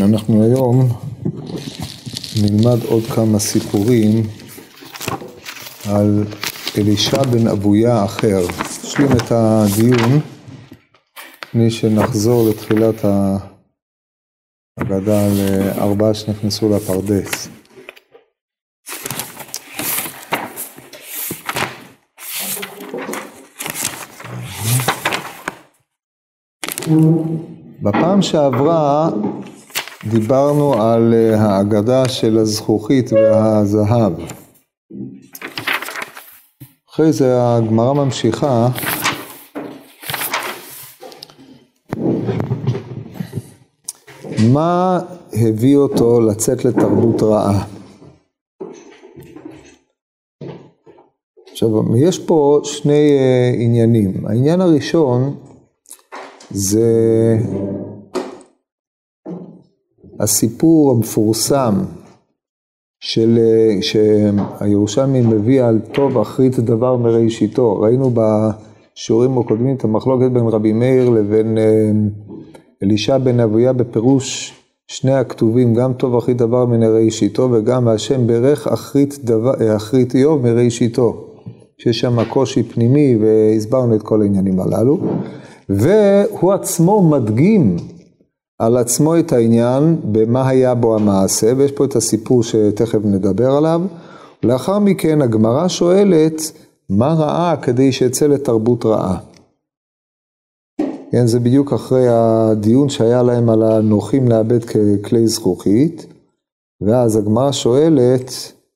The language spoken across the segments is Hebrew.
אנחנו היום נלמד עוד כמה סיפורים על אלישע בן אבויה אחר. נשלים את הדיון לפני שנחזור לתחילת ההגדה על 4 שנכנסו לפרדס. בפעם שעברה דיברנו על ההגדה של הזכוכית והזהב. אחרי זה הגמרא ממשיכה מה הביא אותו לצאת לתרבות רעה. עכשיו, יש פה שני עניינים. העניין הראשון זה הסיפור המפורסם שהירושלמי מביא על טוב אחרית דבר מראשיתו. ראינו בשיעורים הקודמים את המחלוקת בין רבי מאיר לבין אלישע בן אבויה בפירוש שני הכתובים, גם טוב אחרית דבר מראשיתו וגם השם ברך אחרית איוב מראשיתו, שיש שם קושי פנימי והסברנו את כל העניינים הללו. והוא עצמו מדגים על עצמו את העניין במה היה בו המעשה, ויש פה את הסיפור שתכף נדבר עליו. לאחר מכן הגמרא שואלת מה רעה כדי שיצא לתרבות רעה. כן, זה בדיוק אחרי הדיון שהיה להם על הנוחים לאבד ככלי זכוכית, ואז הגמרא שואלת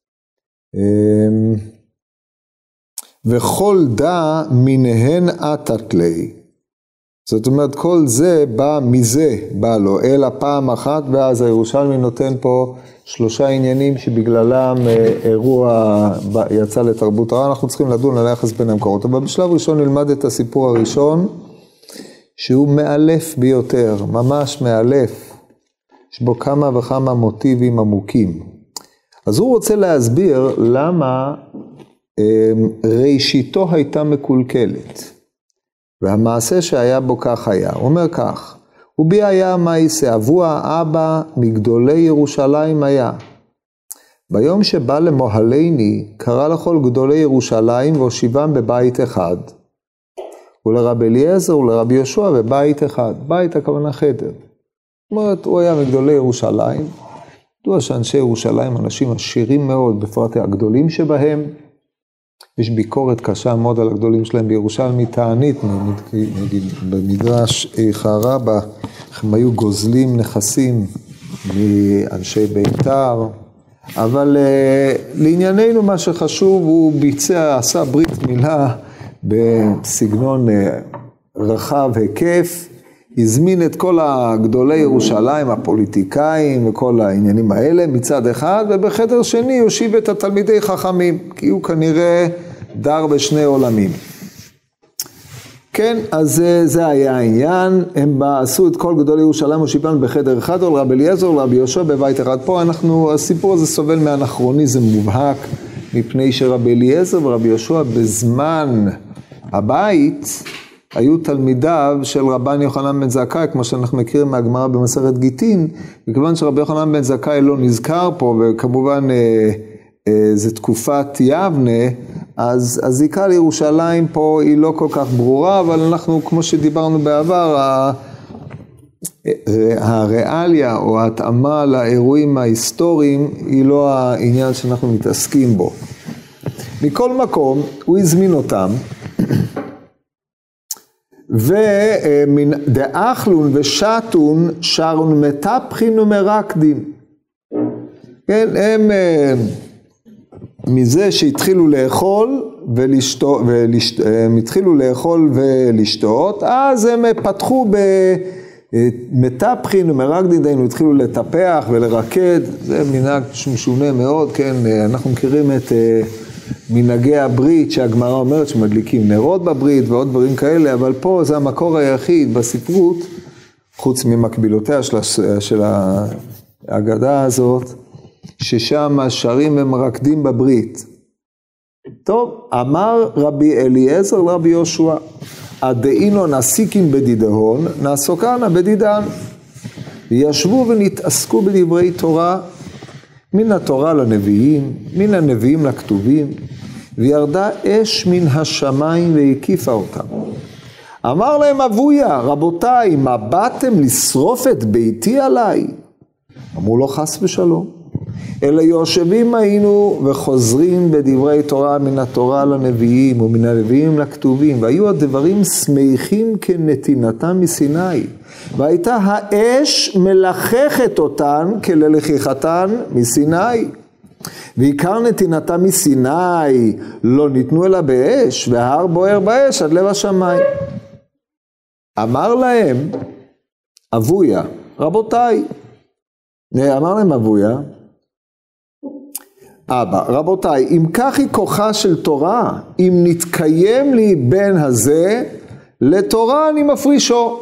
וכל דא מנהן עתת לי. זאת אומרת, כל זה בא מזה, בא לו, אלא פעם אחת, ואז הירושלמי נותן פה 3 עניינים שבגללם אירוע יצא לתרבות רעה. אנחנו צריכים לדון על היחס בין המקורות, אבל בשלב ראשון נלמד את הסיפור הראשון, שהוא מאלף ביותר, ממש מאלף. יש בו כמה וכמה מוטיבים עמוקים. אז הוא רוצה להסביר למה ראשיתו הייתה מקולקלת. והמעשה שהיה בו כך היה. הוא אומר כך, ובי היה מייסה, אבוה אבא מגדולי ירושלים היה. ביום שבא למוהלני, קרא לכל גדולי ירושלים והושיבם בבית אחד. ולרב אליעזר ולרב יהושע בבית אחד. בית הכוונה חדר. זאת אומרת, הוא היה מגדולי ירושלים. ידוע שאנשי ירושלים אנשים עשירים מאוד, בפרט הגדולים שבהם. יש ביקורת קשה מאוד על הגדולים שלהם בירושלמי, תענית, נגיד במדרש איכה רבה, הם היו גוזלים נכסים מאנשי ביתר, אבל לענייננו מה שחשוב הוא עשה ברית מילה בסגנון רחב היקף, הזמין את כל הגדולי ירושלים, הפוליטיקאים וכל העניינים האלה מצד אחד, ובחדר שני הושיב את התלמידי חכמים, כי הוא כנראה דר בשני עולמים. כן, אז זה היה העניין, הם עשו את כל גדולי ירושלים הושיבם בחדר אחד, או לרב אליעזר ולרב יהושע בבית אחד. פה הסיפור הזה סובל מאנכרוניזם מובהק, מפני שרב אליעזר ורב יהושע בזמן הבית, היו תלמידיו של רבן יוחנן בן זכאי, כמו שאנחנו מכירים מהגמרא במסכת גיטין, וכיוון שרבי יוחנן בן זכאי לא נזכר פה, וכמובן זה תקופת יבנה, אז הזיקה לירושלים פה היא לא כל כך ברורה, אבל אנחנו, כמו שדיברנו בעבר, הריאליה או ההתאמה לאירועים ההיסטוריים, היא לא העניין שאנחנו מתעסקים בו. מכל מקום, הוא הזמין אותם, ודאכלון ושתון שרון מטפחין ומרקדין. כן, הם מזה שהתחילו לאכול ולשתות, אז הם פתחו במטפחין ומרקדין, דיינו התחילו לטפח ולרקד. זה מנהג משונה מאוד, כן, אנחנו מכירים את מנהגי הברית שהגמרא אומרת שמדליקים נרות בברית ועוד דברים כאלה, אבל פה זה המקור היחיד בספרות, חוץ ממקבילותיה של ההגדה הזאת, ששם שרים ומרקדים בברית. טוב, אמר רבי אליעזר לרבי יהושע, הדאינו נסיקין בדידהון, נסוקנה בדידן. וישבו ונתעסקו בדברי תורה, מן התורה לנביאים, מן הנביאים לכתובים, וירדה אש מן השמיים והקיפה אותם. אמר להם אבויה, רבותיי, מה באתם לשרוף את ביתי עליי? אמרו לו חס ושלום. אלא יושבים היינו וחוזרים בדברי תורה מן התורה לנביאים ומן הנביאים לכתובים, והיו הדברים שמחים כנתינתם מסיני, והייתה האש מלחכת אותן כללכיכתן מסיני. ועיקר נתינתם מסיני לא ניתנו אלא באש, וההר בוער באש עד לב השמיים. אמר להם אבויה, רבותיי, אמר להם אבויה, אבא, רבותיי, אם כך היא כוחה של תורה, אם נתקיים לי בן הזה, לתורה אני מפרישו.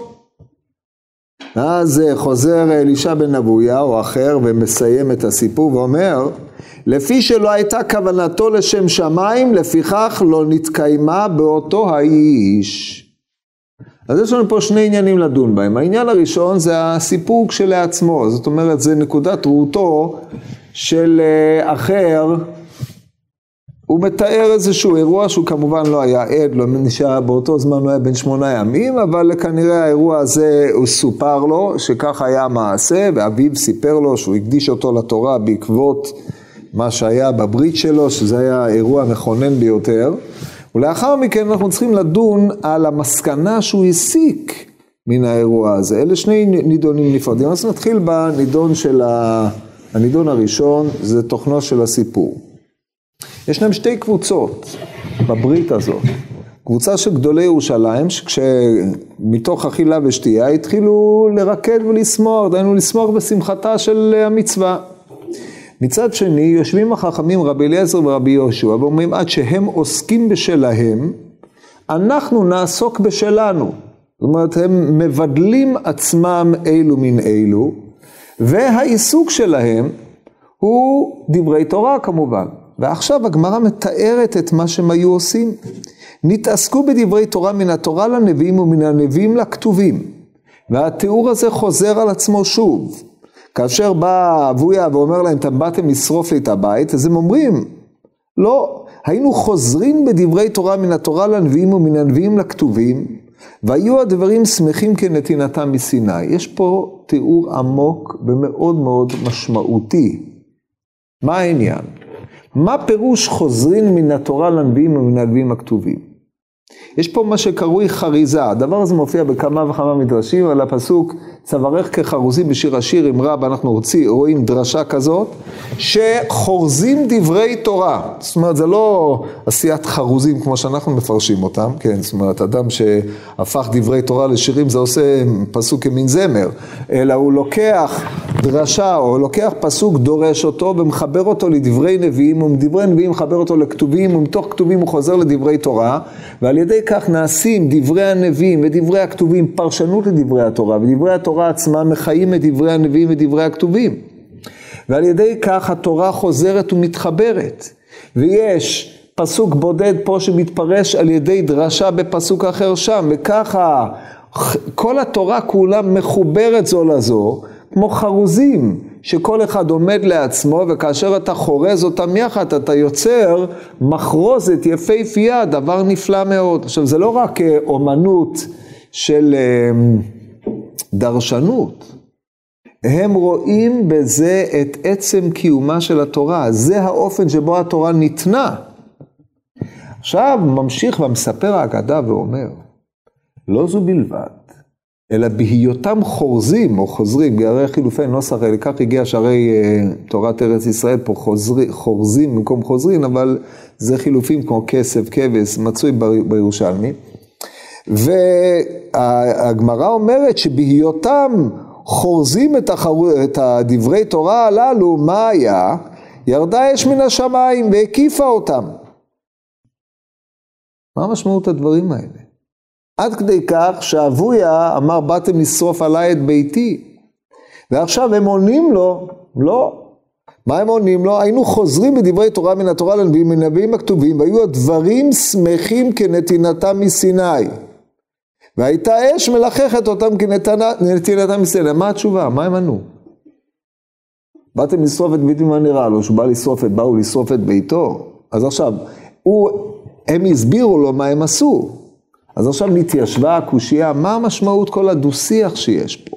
אז חוזר אלישע בן אבויה או אחר ומסיים את הסיפור ואומר, לפי שלא הייתה כוונתו לשם שמיים, לפיכך לא נתקיימה באותו האיש. אז יש לנו פה שני עניינים לדון בהם. העניין הראשון זה הסיפור כשלעצמו, זאת אומרת זה נקודת ראותו של אחר. הוא מתאר איזשהו אירוע שהוא כמובן לא היה עד, לא נשאר באותו זמן, לא היה בין 8 ימים, אבל כנראה האירוע הזה הוא סופר לו שכך היה מעשה, ואביו סיפר לו שהוא הקדיש אותו לתורה בעקבות מה שהיה בברית שלו, שזה היה אירוע מכונן ביותר. ולאחר מכן אנחנו צריכים לדון על המסקנה שהוא הסיק מן האירוע הזה. אלה שני נידונים נפרדים. אז נתחיל בנידון של הנידון הראשון, זה תוכנו של הסיפור. ישנם שתי קבוצות בברית הזאת. קבוצה של גדולי ירושלים, שכשמתוך אכילה ושתייה התחילו לרקד ולשמוח, דהיינו לשמוח בשמחתה של המצווה. מצד שני, יושבים החכמים רבי אליעזר ורבי יהושע, ואומרים עד שהם עוסקים בשלהם, אנחנו נעסוק בשלנו. זאת אומרת, הם מבדלים עצמם אילו מן אילו, והעיסוק שלהם הוא דברי תורה כמובן. ועכשיו הגמרא מתארת את מה שהם היו עושים. נתעסקו בדברי תורה מן התורה לנביאים ומן הנביאים לכתובים. והתיאור הזה חוזר על עצמו שוב. כאשר בא אבויה ואומר להם, אתם באתם לשרוף לי את הבית, אז הם אומרים, לא, היינו חוזרים בדברי תורה מן התורה לנביאים ומן הנביאים לכתובים, והיו הדברים שמחים כנתינתם מסיני. יש פה תיאור עמוק ומאוד מאוד משמעותי. מה העניין? מה פירוש חוזרים מן התורה לנביאים ומן הנביאים הכתובים? יש פה מה שקרוי חריזה, הדבר הזה מופיע בכמה וכמה מדרשים, על הפסוק צווארך כחרוזים בשיר השיר עם רב, אנחנו רואים דרשה כזאת, שחורזים דברי תורה, זאת אומרת זה לא עשיית חרוזים כמו שאנחנו מפרשים אותם, כן, זאת אומרת אדם שהפך דברי תורה לשירים זה עושה פסוק כמין זמר, אלא הוא לוקח דרשה או לוקח פסוק דורש אותו ומחבר אותו לדברי נביאים, ומדברי נביאים מחבר אותו לכתובים, ומתוך כתובים הוא חוזר לדברי תורה, ועל ידי כך נעשים דברי הנביאים ודברי הכתובים פרשנות לדברי התורה, ודברי התורה עצמה מחיים את דברי הנביאים ודברי הכתובים. ועל ידי כך התורה חוזרת ומתחברת. ויש פסוק בודד פה שמתפרש על ידי דרשה בפסוק אחר שם, וככה כל התורה כולה מחוברת זו לזו, כמו חרוזים שכל אחד עומד לעצמו, וכאשר אתה חורז אותם יחד, אתה יוצר מחרוזת יפהפייה, דבר נפלא מאוד. עכשיו, זה לא רק אומנות של דרשנות. הם רואים בזה את עצם קיומה של התורה. זה האופן שבו התורה ניתנה. עכשיו, ממשיך ומספר האגדה ואומר, לא זו בלבד, אלא בהיותם חורזים או חוזרים, הרי חילופי נוסח, לכך הגיע שערי תורת ארץ ישראל פה חורזים במקום חוזרים, אבל זה חילופים כמו כסף, כבש, מצוי בירושלמי. והגמרא אומרת שבהיותם חורזים את הדברי תורה הללו, מה היה? ירדה אש מן השמיים והקיפה אותם. מה משמעות הדברים האלה? עד כדי כך שאבויה אמר, באתם לשרוף עליי את ביתי. ועכשיו הם עונים לו, לא. מה הם עונים לו? היינו חוזרים בדברי תורה מן התורה לנביאים, מן הנביאים הכתובים, והיו הדברים שמחים כנתינתם מסיני. והייתה אש מלחכת אותם כנתינתם מסלע. מה התשובה? מה הם ענו? באתם לשרוף את ביתי, מה נראה לו? שהוא באו לשרוף את ביתו. אז עכשיו, הם הסבירו לו מה הם עשו. אז עכשיו נתיישבה הקושיה, מה המשמעות כל הדו-שיח שיש פה?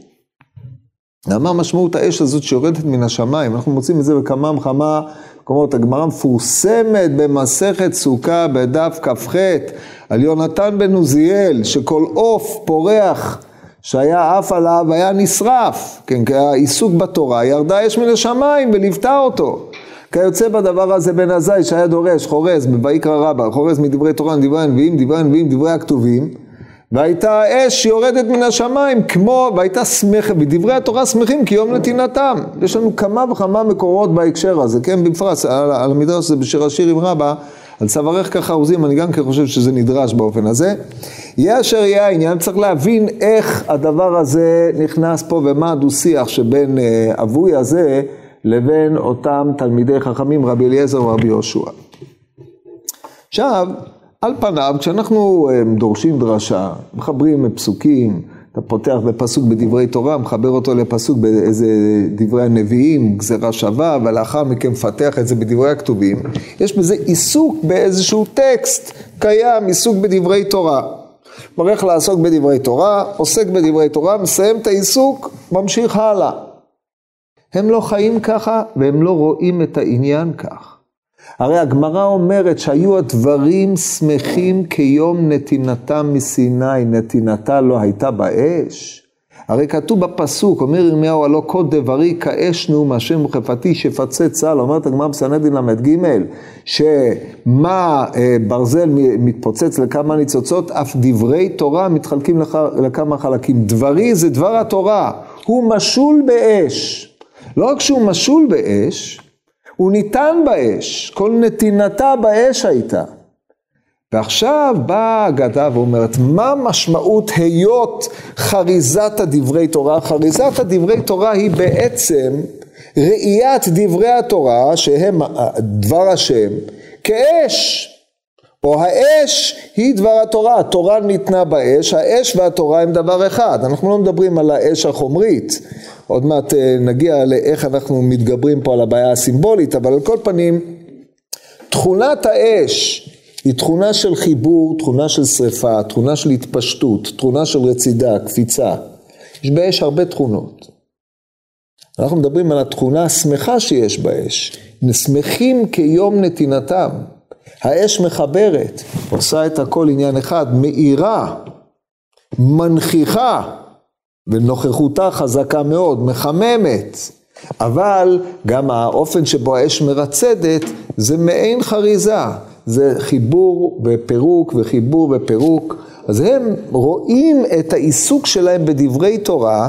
מה המשמעות האש הזאת שיורדת מן השמיים? אנחנו מוצאים את זה בכמה וכמה מקומות. הגמרא מפורסמת במסכת סוכה בדף כ"ח על יונתן בן עוזיאל, שכל עוף פורח שהיה עף עליו היה נשרף, כן, כי העיסוק בתורה ירדה אש מן השמיים וליוותה אותו. כיוצא בדבר הזה בן עזאי שהיה דורש, חורז בויקרא רבא, חורז מדברי תורה, דברי הנביאים, דברי הכתובים, והייתה אש שיורדת מן השמיים, והייתה שמחה, בדברי התורה שמחים כי יום נתינתם. יש לנו כמה וכמה מקורות בהקשר הזה, כן, בפרס, על המדרש הזה בשיר השיר עם רבא, על צווארך כחרוזים, אני גם חושב שזה נדרש באופן הזה. יהיה אשר יהיה העניין, צריך להבין איך הדבר הזה נכנס פה, ומה הדו-שיח שבין אבוי הזה, לבין אותם תלמידי חכמים, רבי אליעזר ורבי יהושע. עכשיו, על פניו, כשאנחנו דורשים דרשה, מחברים פסוקים, אתה פותח בפסוק בדברי תורה, מחבר אותו לפסוק באיזה דברי הנביאים, גזרה שווה, ולאחר מכן מפתח את זה בדברי הכתובים. יש בזה עיסוק באיזשהו טקסט קיים, עיסוק בדברי תורה. מרח לעסוק בדברי תורה, עוסק בדברי תורה, מסיים את העיסוק, ממשיך הלאה. הם לא חיים ככה, והם לא רואים את העניין כך. הרי הגמרא אומרת שהיו הדברים שמחים כיום נתינתם מסיני, נתינתה לא הייתה באש. הרי כתוב בפסוק, אומר ירמיהו, הלא כל דברי כאש נאום השם וחפתי שפצה צהל, אומרת הגמרא בסנהדרין ל"ג, שמה ברזל מתפוצץ לכמה ניצוצות, אף דברי תורה מתחלקים לכמה חלקים. דברי זה דבר התורה, הוא משול באש. לא רק שהוא משול באש, הוא ניתן באש, כל נתינתה באש הייתה. ועכשיו באה האגדה ואומרת, מה משמעות היות חריזת הדברי תורה? חריזת הדברי תורה היא בעצם ראיית דברי התורה, שהם דבר השם, כאש. או האש היא דבר התורה, התורה ניתנה באש, האש והתורה הם דבר אחד. אנחנו לא מדברים על האש החומרית, עוד מעט נגיע לאיך אנחנו מתגברים פה על הבעיה הסימבולית, אבל על כל פנים, תכונת האש היא תכונה של חיבור, תכונה של שריפה, תכונה של התפשטות, תכונה של רצידה, קפיצה. יש באש הרבה תכונות. אנחנו מדברים על התכונה השמחה שיש באש. שמחים כיום נתינתם. האש מחברת, עושה את הכל עניין אחד, מאירה, מנכיחה, ונוכחותה חזקה מאוד, מחממת. אבל גם האופן שבו האש מרצדת, זה מעין חריזה. זה חיבור ופירוק וחיבור ופירוק. אז הם רואים את העיסוק שלהם בדברי תורה,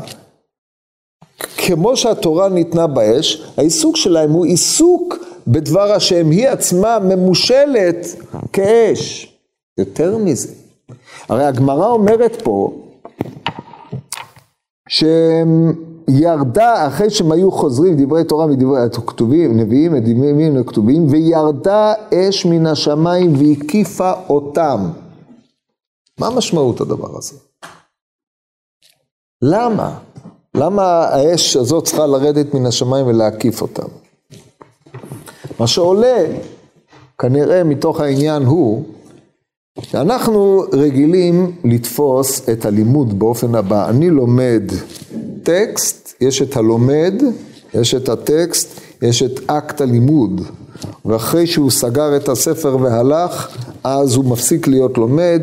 כמו שהתורה ניתנה באש, העיסוק שלהם הוא עיסוק בדבר השם, היא עצמה ממושלת כאש. יותר מזה. הרי הגמרא אומרת פה, שירדה, אחרי שהם היו חוזרים דברי תורה מדברי הכתובים, נביאים, דברי הכתובים, וירדה אש מן השמיים והקיפה אותם. מה משמעות הדבר הזה? למה? למה האש הזאת צריכה לרדת מן השמיים ולהקיף אותם? מה שעולה, כנראה מתוך העניין הוא, שאנחנו רגילים לתפוס את הלימוד באופן הבא. אני לומד טקסט, יש את הלומד, יש את הטקסט, יש את אקט הלימוד. ואחרי שהוא סגר את הספר והלך, אז הוא מפסיק להיות לומד,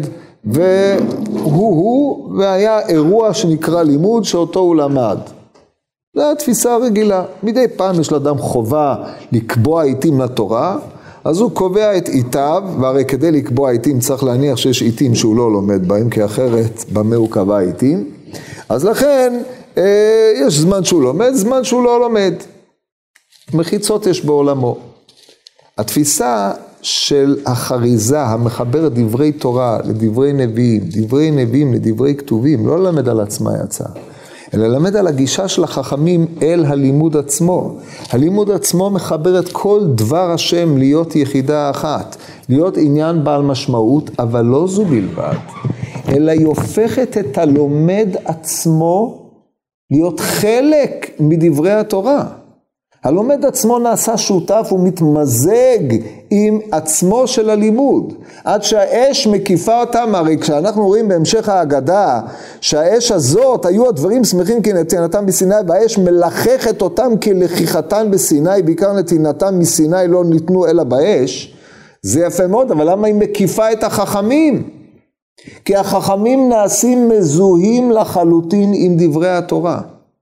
והיה אירוע שנקרא לימוד שאותו הוא למד. זו התפיסה הרגילה. מדי פעם יש לאדם חובה לקבוע עיתים לתורה, אז הוא קובע את עיתיו, והרי כדי לקבוע עיתים צריך להניח שיש עיתים שהוא לא לומד בהם, כי אחרת במה הוא קבע עיתים. אז לכן יש זמן שהוא לומד, זמן שהוא לא לומד. מחיצות יש בעולמו. התפיסה של החריזה המחברת דברי תורה לדברי נביאים, דברי נביאים לדברי כתובים, לא ללמד על עצמה יצא, אלא ללמד על הגישה של החכמים אל הלימוד עצמו. הלימוד עצמו מחבר את כל דבר השם להיות יחידה אחת, להיות עניין בעל משמעות, אבל לא זו בלבד, אלא היא הופכת את הלומד עצמו להיות חלק מדברי התורה. הלומד עצמו נעשה שותף ומתמזג עם עצמו של הלימוד, עד שהאש מקיפה אותם. הרי כשאנחנו רואים בהמשך ההגדה שהאש הזאת היו הדברים שמחים כנתינתם בסיני, והאש מלחכת אותם כלחיכתן בסיני, בעיקר נתינתם מסיני לא ניתנו אלא באש, זה יפה מאוד. אבל למה היא מקיפה את החכמים? כי החכמים נעשים מזוהים לחלוטין עם דברי התורה.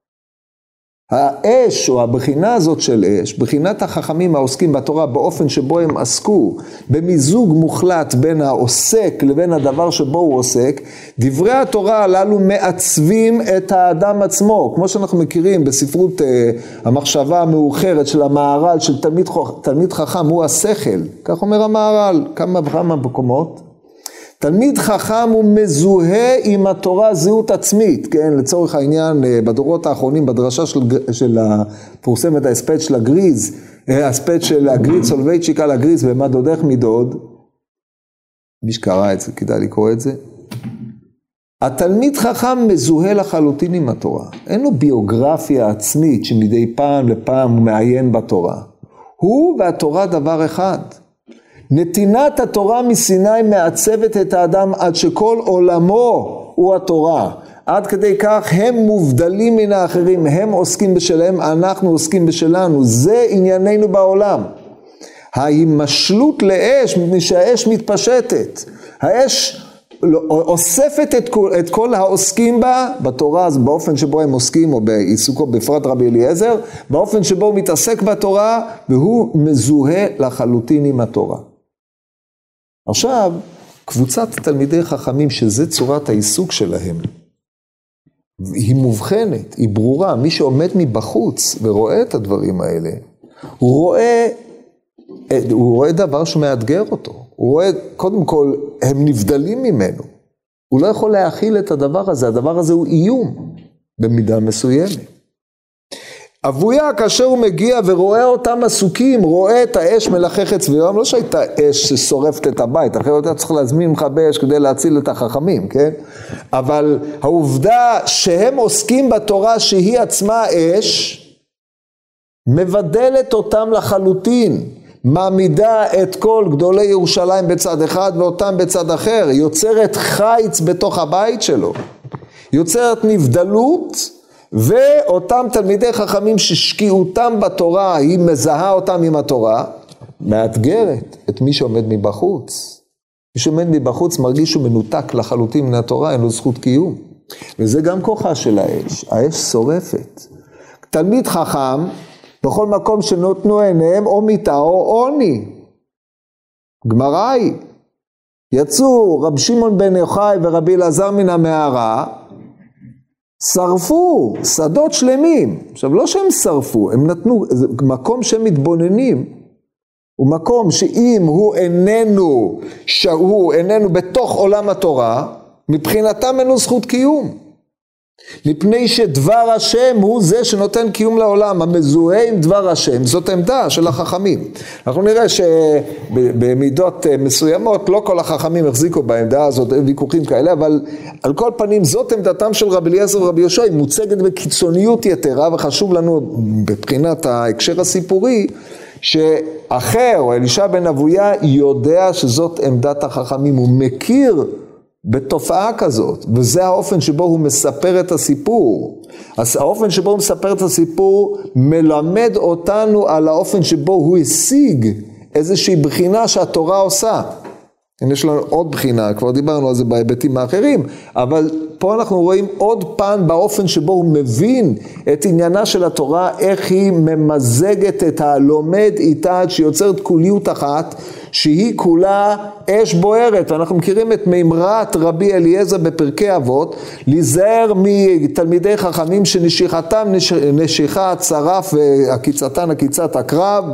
האש או הבחינה הזאת של אש, בחינת החכמים העוסקים בתורה באופן שבו הם עסקו, במיזוג מוחלט בין העוסק לבין הדבר שבו הוא עוסק, דברי התורה הללו מעצבים את האדם עצמו, כמו שאנחנו מכירים בספרות המחשבה המאוחרת של המהר"ל, של תלמיד חכם, הוא השכל, כך אומר המהר"ל, כמה וכמה מקומות. תלמיד חכם הוא מזוהה עם התורה זהות עצמית, כן? לצורך העניין, בדורות האחרונים, בדרשה של הפורסמת ההספד של הגריז, ההספד של הגריז סולובייצ'יק על הגריז, ומה דודך מדוד, מי שקרא את זה, כדאי לקרוא את זה. התלמיד חכם מזוהה לחלוטין עם התורה. אין לו ביוגרפיה עצמית שמדי פעם לפעם הוא מעיין בתורה. הוא והתורה דבר אחד. נתינת התורה מסיני מעצבת את האדם עד שכל עולמו הוא התורה. עד כדי כך הם מובדלים מן האחרים, הם עוסקים בשלהם, אנחנו עוסקים בשלנו. זה ענייננו בעולם. ההימשלות לאש, מפני שהאש מתפשטת. האש אוספת את כל העוסקים בה, בתורה, באופן שבו הם עוסקים, או בעיסוקו בפרט רבי אליעזר, באופן שבו הוא מתעסק בתורה, והוא מזוהה לחלוטין עם התורה. עכשיו, קבוצת תלמידי חכמים שזה צורת העיסוק שלהם, היא מובחנת, היא ברורה. מי שעומד מבחוץ ורואה את הדברים האלה, הוא רואה דבר שמאתגר אותו. הוא רואה, קודם כל, הם נבדלים ממנו. הוא לא יכול להכיל את הדבר הזה. הדבר הזה הוא איום במידה מסוימת. אבויה, כאשר הוא מגיע ורואה אותם עסוקים, רואה את האש מלחכת סביבם, לא שהייתה אש ששורפת את הבית, אחרת אתה צריך להזמין מכבי אש כדי להציל את החכמים, כן? אבל העובדה שהם עוסקים בתורה שהיא עצמה אש, מבדלת אותם לחלוטין, מעמידה את כל גדולי ירושלים בצד אחד ואותם בצד אחר, יוצרת חיץ בתוך הבית שלו, יוצרת נבדלות, ואותם תלמידי חכמים ששקיעותם בתורה, היא מזהה אותם עם התורה, מאתגרת את מי שעומד מבחוץ. מי שעומד מבחוץ מרגיש שהוא מנותק לחלוטין מן התורה, אין לו זכות קיום. וזה גם כוחה של האש, האש שורפת. תלמיד חכם, בכל מקום שנותנו עיניהם, או מיטה או עוני. גמרא היא, יצאו רב שמעון בן יוחאי ורבי אלעזר מן המערה, שרפו שדות שלמים. עכשיו לא שהם שרפו, הם נתנו, מקום שהם מתבוננים, הוא מקום שאם הוא איננו בתוך עולם התורה, מבחינתם אין לו זכות קיום. מפני שדבר השם הוא זה שנותן קיום לעולם, המזוהה עם דבר השם, זאת עמדה של החכמים. אנחנו נראה שבמידות מסוימות לא כל החכמים החזיקו בעמדה הזאת, ויכוחים כאלה, אבל על כל פנים זאת עמדתם של רבי אליעזר ורבי יהושע, היא מוצגת בקיצוניות יתרה, וחשוב לנו בבחינת ההקשר הסיפורי, שאחר או אלישע בן אבויה יודע שזאת עמדת החכמים, הוא מכיר בתופעה כזאת, וזה האופן שבו הוא מספר את הסיפור. אז האופן שבו הוא מספר את הסיפור מלמד אותנו על האופן שבו הוא השיג איזושהי בחינה שהתורה עושה. יש לנו עוד בחינה, כבר דיברנו על זה בהיבטים האחרים, אבל פה אנחנו רואים עוד פן באופן שבו הוא מבין את עניינה של התורה, איך היא ממזגת את הלומד איתה, עד שיוצרת כוליות אחת, שהיא כולה אש בוערת. ואנחנו מכירים את מימרת רבי אליעזר בפרקי אבות, להיזהר מתלמידי חכמים שנשיכתם נשיכת שרף והקיצתן הקיצת הקרב.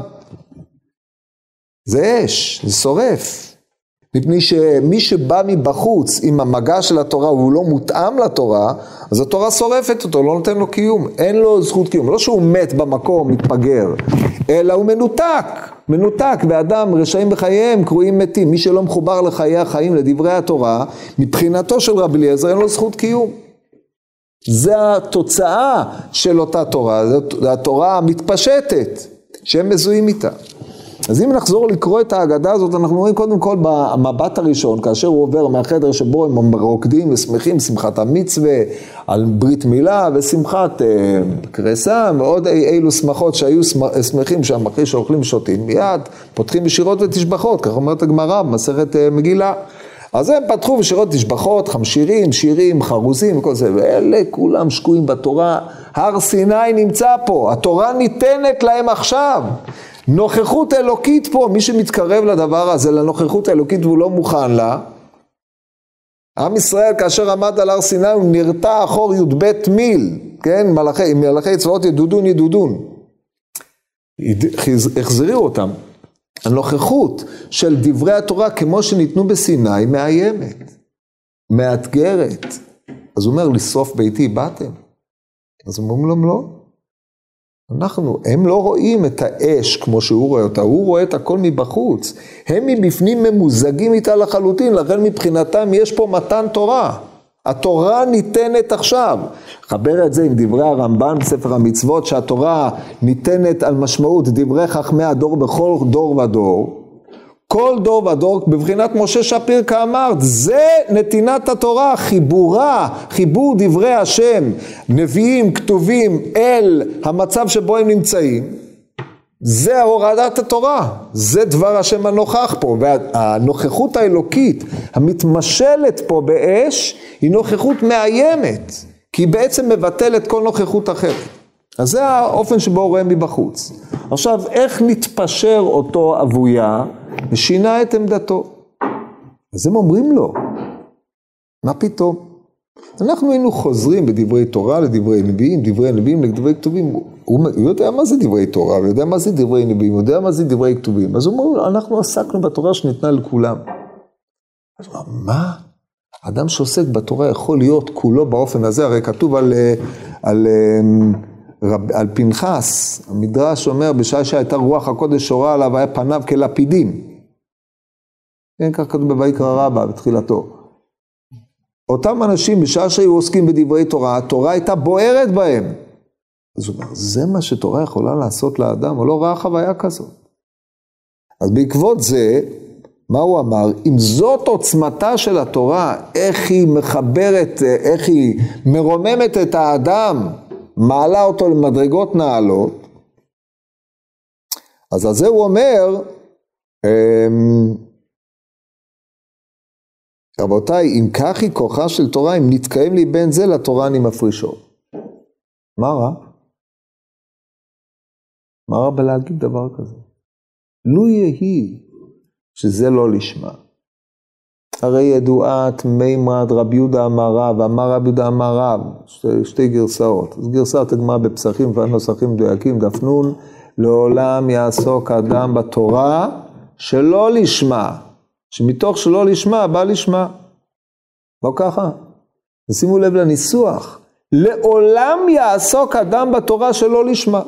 זה אש, זה שורף. מפני שמי שבא מבחוץ עם המגע של התורה והוא לא מותאם לתורה, אז התורה שורפת אותו, לא נותן לו קיום, אין לו זכות קיום. לא שהוא מת במקום, מתפגר, אלא הוא מנותק. מנותק, ואדם רשעים בחייהם קרויים מתים. מי שלא מחובר לחיי החיים, לדברי התורה, מבחינתו של רבי אליעזר אין לו זכות קיום. זה התוצאה של אותה תורה, זו התורה המתפשטת, שהם מזוהים איתה. אז אם נחזור לקרוא את ההגדה הזאת, אנחנו רואים קודם כל במבט הראשון, כאשר הוא עובר מהחדר שבו הם רוקדים ושמחים, שמחת המצווה, על ברית מילה ושמחת קריסה, ועוד אילו שמחות שהיו שמחים שם, אחרי שאוכלים ושותים, מיד פותחים בשירות ותשבחות, כך אומרת הגמרא במסכת מגילה. אז הם פתחו בשירות תשבחות, חמשירים, שירים, חרוזים וכל זה, ואלה כולם שקועים בתורה. הר סיני נמצא פה, התורה ניתנת להם עכשיו. נוכחות אלוקית פה, מי שמתקרב לדבר הזה, לנוכחות האלוקית והוא לא מוכן לה, עם ישראל כאשר עמד על הר סיני הוא נרתע אחור י"ב מיל, כן? מלאכי צבאות ידודון ידודון. החזירו אותם. הנוכחות של דברי התורה כמו שניתנו בסיני מאיימת, מאתגרת. אז הוא אומר, לשרוף ביתי באתם. אז הם אומרים להם לא. הם לא רואים את האש כמו שהוא רואה אותה, הוא רואה את הכל מבחוץ. הם מבפנים ממוזגים איתה לחלוטין, לכן מבחינתם יש פה מתן תורה. התורה ניתנת עכשיו. חבר את זה עם דברי הרמב"ן בספר המצוות, שהתורה ניתנת על משמעות דברי חכמי הדור בכל דור ודור. כל דור ודור, בבחינת משה שפיר כאמרת, זה נתינת התורה, חיבור דברי השם, נביאים, כתובים אל המצב שבו הם נמצאים. זה הורדת התורה, זה דבר השם הנוכח פה, והנוכחות האלוקית המתמשלת פה באש היא נוכחות מאיימת, כי היא בעצם מבטלת כל נוכחות אחרת. אז זה האופן שבו הוא רואה מבחוץ. עכשיו, איך נתפשר אותו אבויה ושינה את עמדתו? אז הם אומרים לו, מה פתאום? אנחנו היינו חוזרים בדברי תורה לדברי נביאים, דברי נביאים לדברי כתובים. הוא יודע מה זה דברי תורה, הוא יודע מה זה דברי נביאים, הוא יודע מה זה דברי כתובים. אז הוא אומר, אנחנו עסקנו בתורה שניתנה לכולם. אז הוא אומר, מה? אדם שעוסק בתורה יכול להיות כולו באופן הזה, הרי כתוב על פנחס, המדרש אומר, בשעה שהייתה רוח הקודש שורה עליו, היה פניו כלפידים. כן, כך כתוב בויקרא רבה, בתחילתו. אותם אנשים, בשעה שהיו עוסקים בדברי תורה, התורה הייתה בוערת בהם. אז הוא אומר, זה מה שתורה יכולה לעשות לאדם, הוא לא ראה חוויה כזאת. אז בעקבות זה, מה הוא אמר? אם זאת עוצמתה של התורה, איך היא מחברת, איך היא מרוממת את האדם, מעלה אותו למדרגות נעלות, אז על זה הוא אומר, רבותיי, אם כך היא כוחה של תורה, אם נתקיים לי בין זה, לתורה אני מפרישו. מה רע? מה רע בלהגיד דבר כזה? לו יהי שזה לא לשמה. הרי ידועת מימרת רבי יהודה אמר רב, אמר רבי יהודה אמר רב, שתי גרסאות. אז גרסת הגמרא בפסחים והנוסחים מדויקים, דף נון, לעולם יעסוק אדם בתורה שלא לשמה. שמתוך שלא לשמה בא לשמה. לא ככה. שימו לב לניסוח. לעולם יעסוק אדם בתורה שלא לשמה.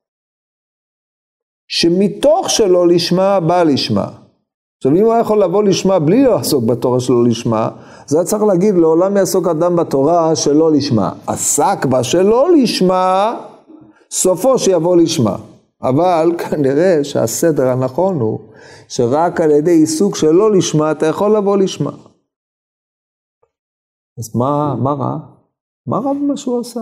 שמתוך שלא לשמה בא לשמה. עכשיו אם הוא יכול לבוא לשמה בלי לעסוק בתורה שלא לשמה, זה צריך להגיד לעולם יעסוק אדם בתורה שלא לשמה. עסק בה שלא לשמה, סופו שיבוא לשמה. אבל כנראה שהסדר הנכון הוא שרק על ידי עיסוק שלא לשמה אתה יכול לבוא לשמה. אז מה רע? מה רע במה שהוא עשה?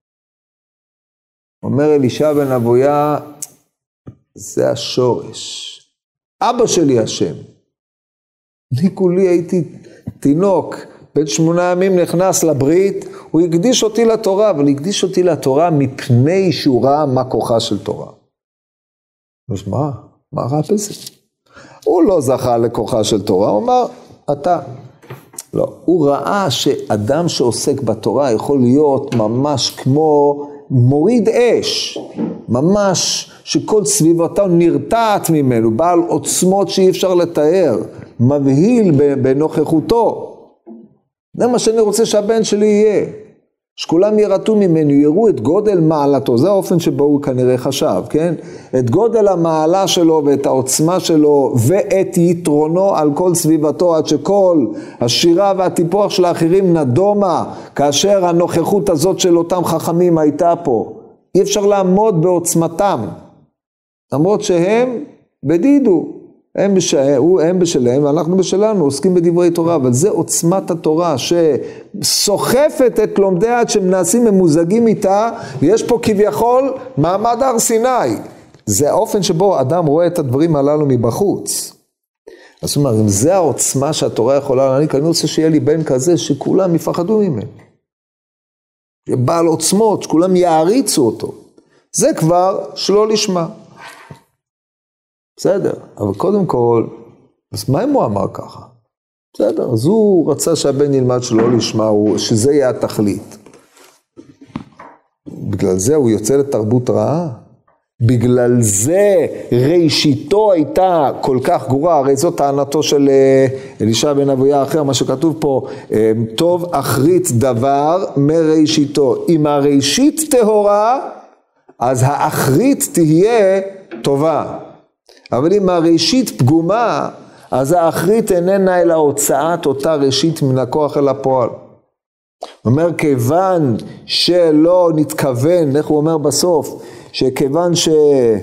אומר אלישע בן אבויה, זה השורש. אבא שלי השם. אני כולי הייתי תינוק, בן 8 ימים נכנס לברית, הוא הקדיש אותי לתורה, אבל הקדיש אותי לתורה מפני שהוא ראה מה כוחה של תורה. אז מה רע בזה? הוא לא זכה לכוחה של תורה, הוא אמר, אתה. לא, הוא ראה שאדם שעוסק בתורה יכול להיות ממש כמו מוריד אש, ממש שכל סביבתו נרתעת ממנו, בעל עוצמות שאי אפשר לתאר, מבהיל בנוכחותו. זה מה שאני רוצה שהבן שלי יהיה. שכולם ירתו ממנו, יראו את גודל מעלתו, זה האופן שבו הוא כנראה חשב, כן? את גודל המעלה שלו ואת העוצמה שלו ואת יתרונו על כל סביבתו, עד שכל השירה והטיפוח של האחרים נדומה, כאשר הנוכחות הזאת של אותם חכמים הייתה פה. אי אפשר לעמוד בעוצמתם, למרות שהם בדידו. הם בשלהם ואנחנו בשלנו, עוסקים בדברי תורה, אבל זה עוצמת התורה שסוחפת את לומדיה עד שהם נעשים ממוזגים איתה, ויש פה כביכול מעמד הר סיני. זה האופן שבו אדם רואה את הדברים הללו מבחוץ. אז זאת אומרת, אם זה העוצמה שהתורה יכולה להעניק, אני רוצה שיהיה לי בן כזה שכולם יפחדו ממנו. בעל עוצמות, שכולם יעריצו אותו. זה כבר שלא לשמה. בסדר, אבל קודם כל, אז מה אם הוא אמר ככה? בסדר, אז הוא רצה שהבן ילמד שלא לשמה, שזה יהיה התכלית. בגלל זה הוא יוצא לתרבות רעה. בגלל זה ראשיתו הייתה כל כך גרועה, הרי זאת טענתו של אלישע בן אבויה אחר, מה שכתוב פה, טוב אחרית דבר מראשיתו. אם הראשית טהורה, אז האחרית תהיה טובה. אבל אם הראשית פגומה, אז האחרית איננה אלא הוצאת אותה ראשית מן הכוח אל הפועל. הוא אומר, כיוון שלא נתכוון, איך הוא אומר בסוף, שכיוון שלא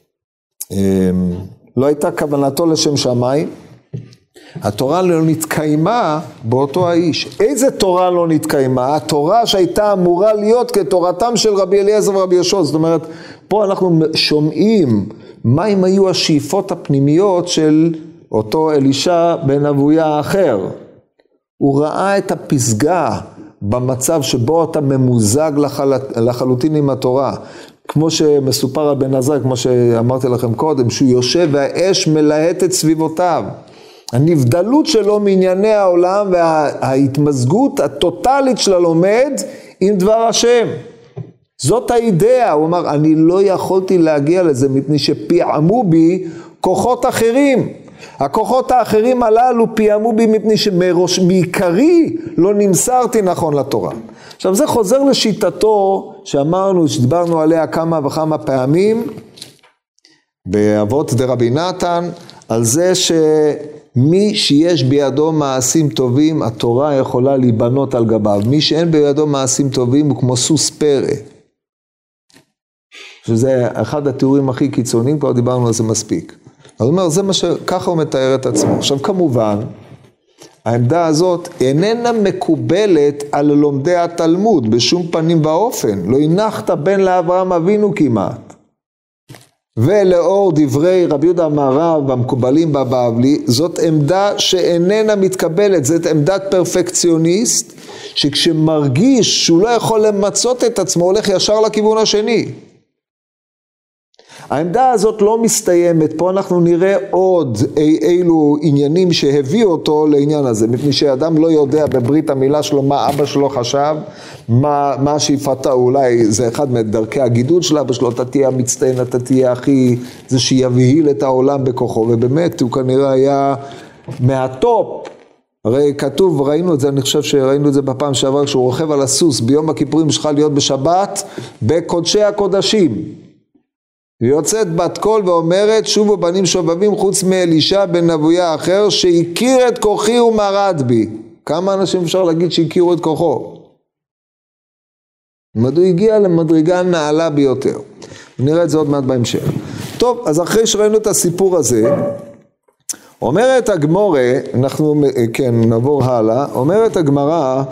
הייתה כוונתו לשם שמיים, התורה לא נתקיימה באותו האיש. איזה תורה לא נתקיימה? התורה שהייתה אמורה להיות כתורתם של רבי אליעזר ורבי יהושע. זאת אומרת, פה אנחנו שומעים מה אם היו השאיפות הפנימיות של אותו אלישע בן אבויה האחר. הוא ראה את הפסגה במצב שבו אתה ממוזג לחלוטין עם התורה. כמו שמסופר על בן עזרא, כמו שאמרתי לכם קודם, שהוא יושב והאש מלהטת סביבותיו. הנבדלות שלו מענייני העולם וההתמזגות הטוטלית של הלומד עם דבר השם. זאת האידאה. הוא אמר, אני לא יכולתי להגיע לזה מפני שפיעמו בי כוחות אחרים. הכוחות האחרים הללו פיעמו בי מפני שמעיקרי לא נמסרתי נכון לתורה. עכשיו זה חוזר לשיטתו שאמרנו, שדיברנו עליה כמה וכמה פעמים, באבות דרבי נתן, על זה שמי שיש בידו מעשים טובים, התורה יכולה להיבנות על גביו. מי שאין בידו מעשים טובים הוא כמו סוס פרא. שזה אחד התיאורים הכי קיצוניים, כבר דיברנו על זה מספיק. אז הוא אומר, זה מה שככה הוא מתאר את עצמו. עכשיו כמובן, העמדה הזאת איננה מקובלת על לומדי התלמוד בשום פנים ואופן. לא הנחת בן לאברהם אבינו כמעט. ולאור דברי רבי יהודה מהר"ב המקובלים בבבלי, זאת עמדה שאיננה מתקבלת. זאת עמדת פרפקציוניסט, שכשמרגיש שהוא לא יכול למצות את עצמו, הולך ישר לכיוון השני. העמדה הזאת לא מסתיימת, פה אנחנו נראה עוד אילו עניינים שהביאו אותו לעניין הזה, מפני שאדם לא יודע בברית המילה שלו מה אבא שלו חשב, מה שאיפתה, אולי זה אחד מדרכי הגידול של אבא שלו, אתה תהיה המצטיין, אתה תהיה הכי, זה שיבהיל את העולם בכוחו, ובאמת הוא כנראה היה מהטופ. הרי כתוב, ראינו את זה, אני חושב שראינו את זה בפעם שעבר, כשהוא רוכב על הסוס, ביום הכיפורים שלך להיות בשבת, בקודשי הקודשים. ויוצאת בת קול ואומרת, שובו בנים שובבים חוץ מאלישע בן אבויה אחר, שהכיר את כוחי ומרד בי. כמה אנשים אפשר להגיד שהכירו את כוחו? מדוע הגיע למדרגה נעלה ביותר. נראה את זה עוד מעט בהמשך. טוב, אז אחרי שראינו את הסיפור הזה, אומרת הגמורה, אנחנו כן נעבור הלאה, אומרת הגמרא,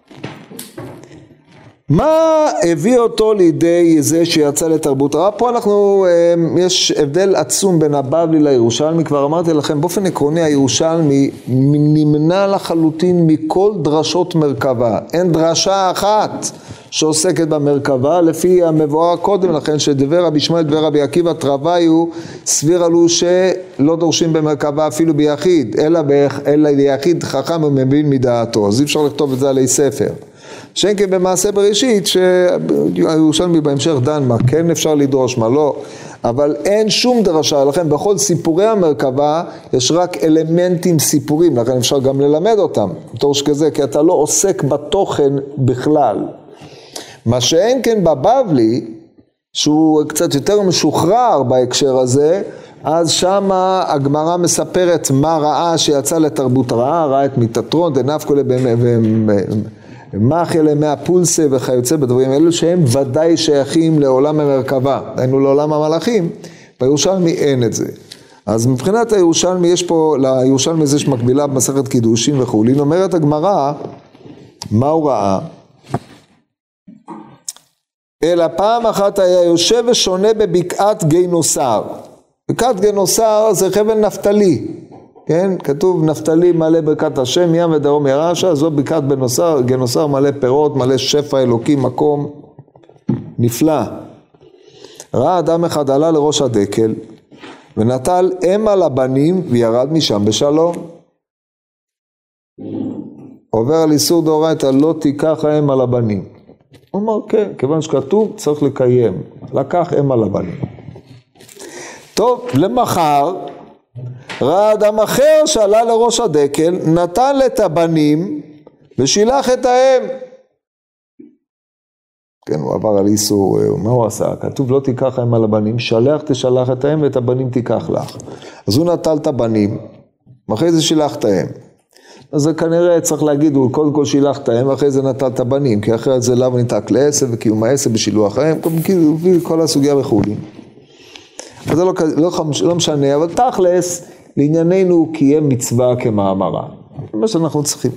מה הביא אותו לידי זה שיצא לתרבות רעה? פה אנחנו, יש הבדל עצום בין הבבלי לירושלמי, כבר אמרתי לכם, באופן עקרוני הירושלמי נמנע לחלוטין מכל דרשות מרכבה, אין דרשה אחת שעוסקת במרכבה, לפי המבואר קודם לכן, שדבר רבי ישמעאל דבר רבי עקיבא תרוויו, סביר עלו שלא דורשים במרכבה אפילו ביחיד, אלא ביחיד חכם ומבין מדעתו, אז אי אפשר לכתוב את זה עלי ספר. שאין כן במעשה בראשית, שהירושלמי בהמשך דן מה כן אפשר לדרוש, מה לא, אבל אין שום דרשה, לכן בכל סיפורי המרכבה יש רק אלמנטים סיפורים, לכן אפשר גם ללמד אותם, בתור שכזה, כי אתה לא עוסק בתוכן בכלל. מה שאין כן בבבלי, שהוא קצת יותר משוחרר בהקשר הזה, אז שמה הגמרא מספרת מה ראה שיצא לתרבות רעה, ראה את מיטטרון, דנפקולה ומחיה למי הפולסה וכיוצא בדברים האלו, שהם ודאי שייכים לעולם המרכבה, דהיינו לעולם המלאכים, בירושלמי אין את זה. אז מבחינת הירושלמי, יש פה, לירושלמי זה שמקבילה במסכת קידושין וכולי, אומרת הגמרא, מה הוא ראה? אלא פעם אחת היה יושב ושונה בבקעת גינוסר. בקעת גינוסר זה חבל נפתלי, כן? כתוב נפתלי מלא ברכת השם, ים ודרום ירשה, זו בקעת גינוסר מלא פירות, מלא שפע אלוקי, מקום נפלא. ראה אדם אחד עלה לראש הדקל, ונטל אם על הבנים וירד משם בשלום. עובר על איסור דאורייתא, לא תיקח אם על הבנים. הוא אומר, כן, כיוון שכתוב צריך לקיים, לקח אם על הבנים. טוב, למחר, ראה אדם אחר שעלה לראש הדקל, נתן את הבנים ושילח את האם. כן, הוא עבר על איסור, מה הוא עשה? כתוב לא תיקח אם על הבנים, שלח תשלח את האם ואת הבנים תיקח לך. אז הוא נטל את הבנים, ואחרי זה שילח את האם. אז זה כנראה צריך להגיד, הוא קודם כל שילח את האם, ואחרי זה נטל את הבנים, כי אחרת זה לאו ניתק לעשב, וקיום העשב בשילוח האם, כל הסוגיה וכולי. אז זה לא משנה, אבל תכלס, לענייננו קיים מצווה כמאמרה. זה מה שאנחנו צריכים.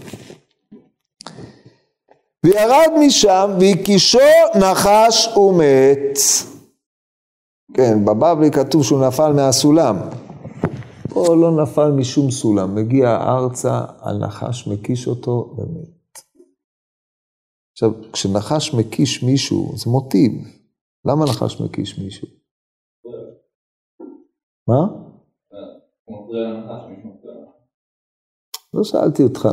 וירד משם, והקישו נחש ומת. כן, בבבלי כתוב שהוא נפל מהסולם. פה לא נפל משום סולם, מגיע ארצה, הנחש מקיש אותו ומת. עכשיו, כשנחש מקיש מישהו, זה מוטיב. למה נחש מקיש מישהו? מה? הוא מפריע לנחש, מישהו מפריע. לא שאלתי אותך.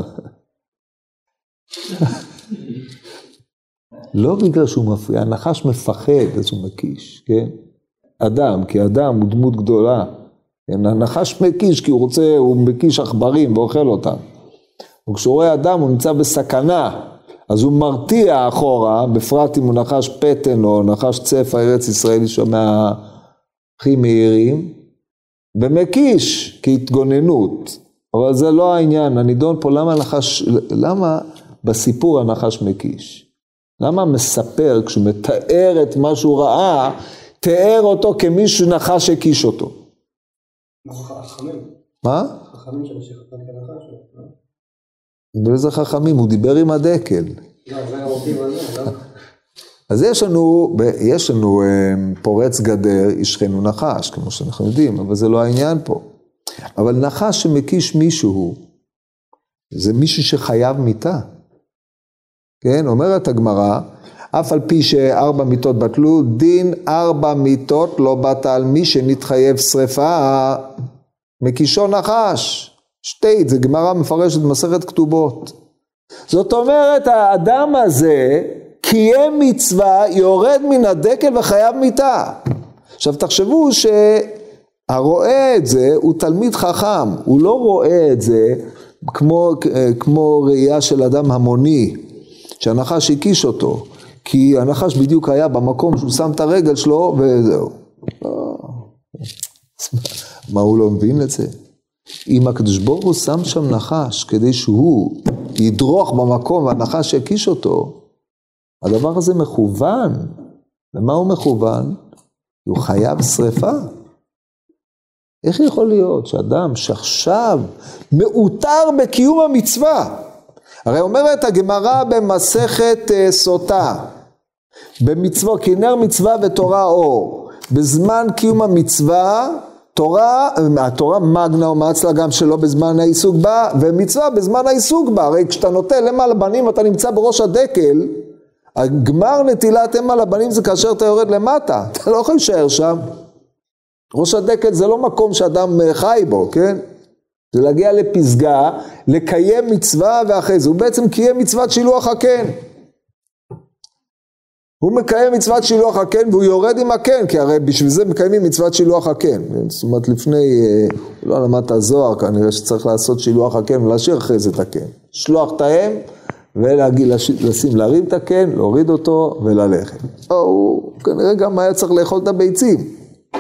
לא בגלל שהוא מפריע, הנחש מפחד, אז הוא מקיש, כן? אדם, כי אדם הוא דמות גדולה. הנחש מקיש כי הוא רוצה, הוא מקיש עכברים ואוכל אותם. וכשהוא רואה אדם הוא נמצא בסכנה, אז הוא מרתיע אחורה, בפרט אם הוא נחש פטן או נחש צפה ארץ ישראלי שומע הכי מהירים, ומקיש כהתגוננות. אבל זה לא העניין, הנידון פה למה בסיפור הנחש מקיש? למה מספר כשהוא מתאר את מה שהוא ראה, תיאר אותו כמישהו נחש שהקיש אותו? חכמים. מה? חכמים שחתם כנחש. באיזה חכמים? הוא דיבר עם הדקל. לא, זה המוטיב הזה, לא? אז יש לנו פורץ גדר, ישכנו נחש, כמו שאנחנו יודעים, אבל זה לא העניין פה. אבל נחש שמקיש מישהו, זה מישהו שחייב מיתה. כן, אומרת הגמרא, אף על פי ש4 מיתות בטלו, דין 4 מיתות לא באת על מי שנתחייב שריפה, מקישו נחש. שתית, זה גמרא מפרשת מסכת כתובות. זאת אומרת, האדם הזה קיים מצווה, יורד מן הדקל וחייב מיתה. עכשיו תחשבו שהרואה את זה הוא תלמיד חכם, הוא לא רואה את זה כמו ראייה של אדם המוני, שהנחש הקיש אותו, כי הנחש בדיוק היה במקום שהוא שם את הרגל שלו וזהו. מה הוא לא מבין את זה? אם הקדוש ברוך הוא שם שם נחש כדי שהוא ידרוך במקום והנחש יקיש אותו, הדבר הזה מכוון. למה הוא מכוון? הוא חייב שריפה. איך יכול להיות שאדם שעכשיו מאותר בקיום המצווה? הרי אומרת הגמרא במסכת סוטה, במצווה, כי נר מצווה ותורה אור. בזמן קיום המצווה, התורה מגנה ומצלה גם שלא בזמן העיסוק בה, ומצווה בזמן העיסוק בה. הרי כשאתה נוטל אם על הבנים אתה נמצא בראש הדקל, הגמר נטילת אם על הבנים זה כאשר אתה יורד למטה, אתה לא יכול להישאר שם. ראש הדקל זה לא מקום שאדם חי בו, כן? זה להגיע לפסגה, לקיים מצווה ואחרי זה. הוא בעצם קיים מצוות שילוח הקן. הוא מקיים מצוות שילוח הקן והוא יורד עם הקן, כי הרי בשביל זה מקיימים מצוות שילוח הקן. זאת אומרת לפני, לא למדת הזוהר, כנראה שצריך לעשות שילוח הקן ולהשאיר אחרי זה את הקן. שלוח את האם, להרים את הקן, להוריד אותו וללכת. הוא כנראה גם היה צריך לאכול את הביצים.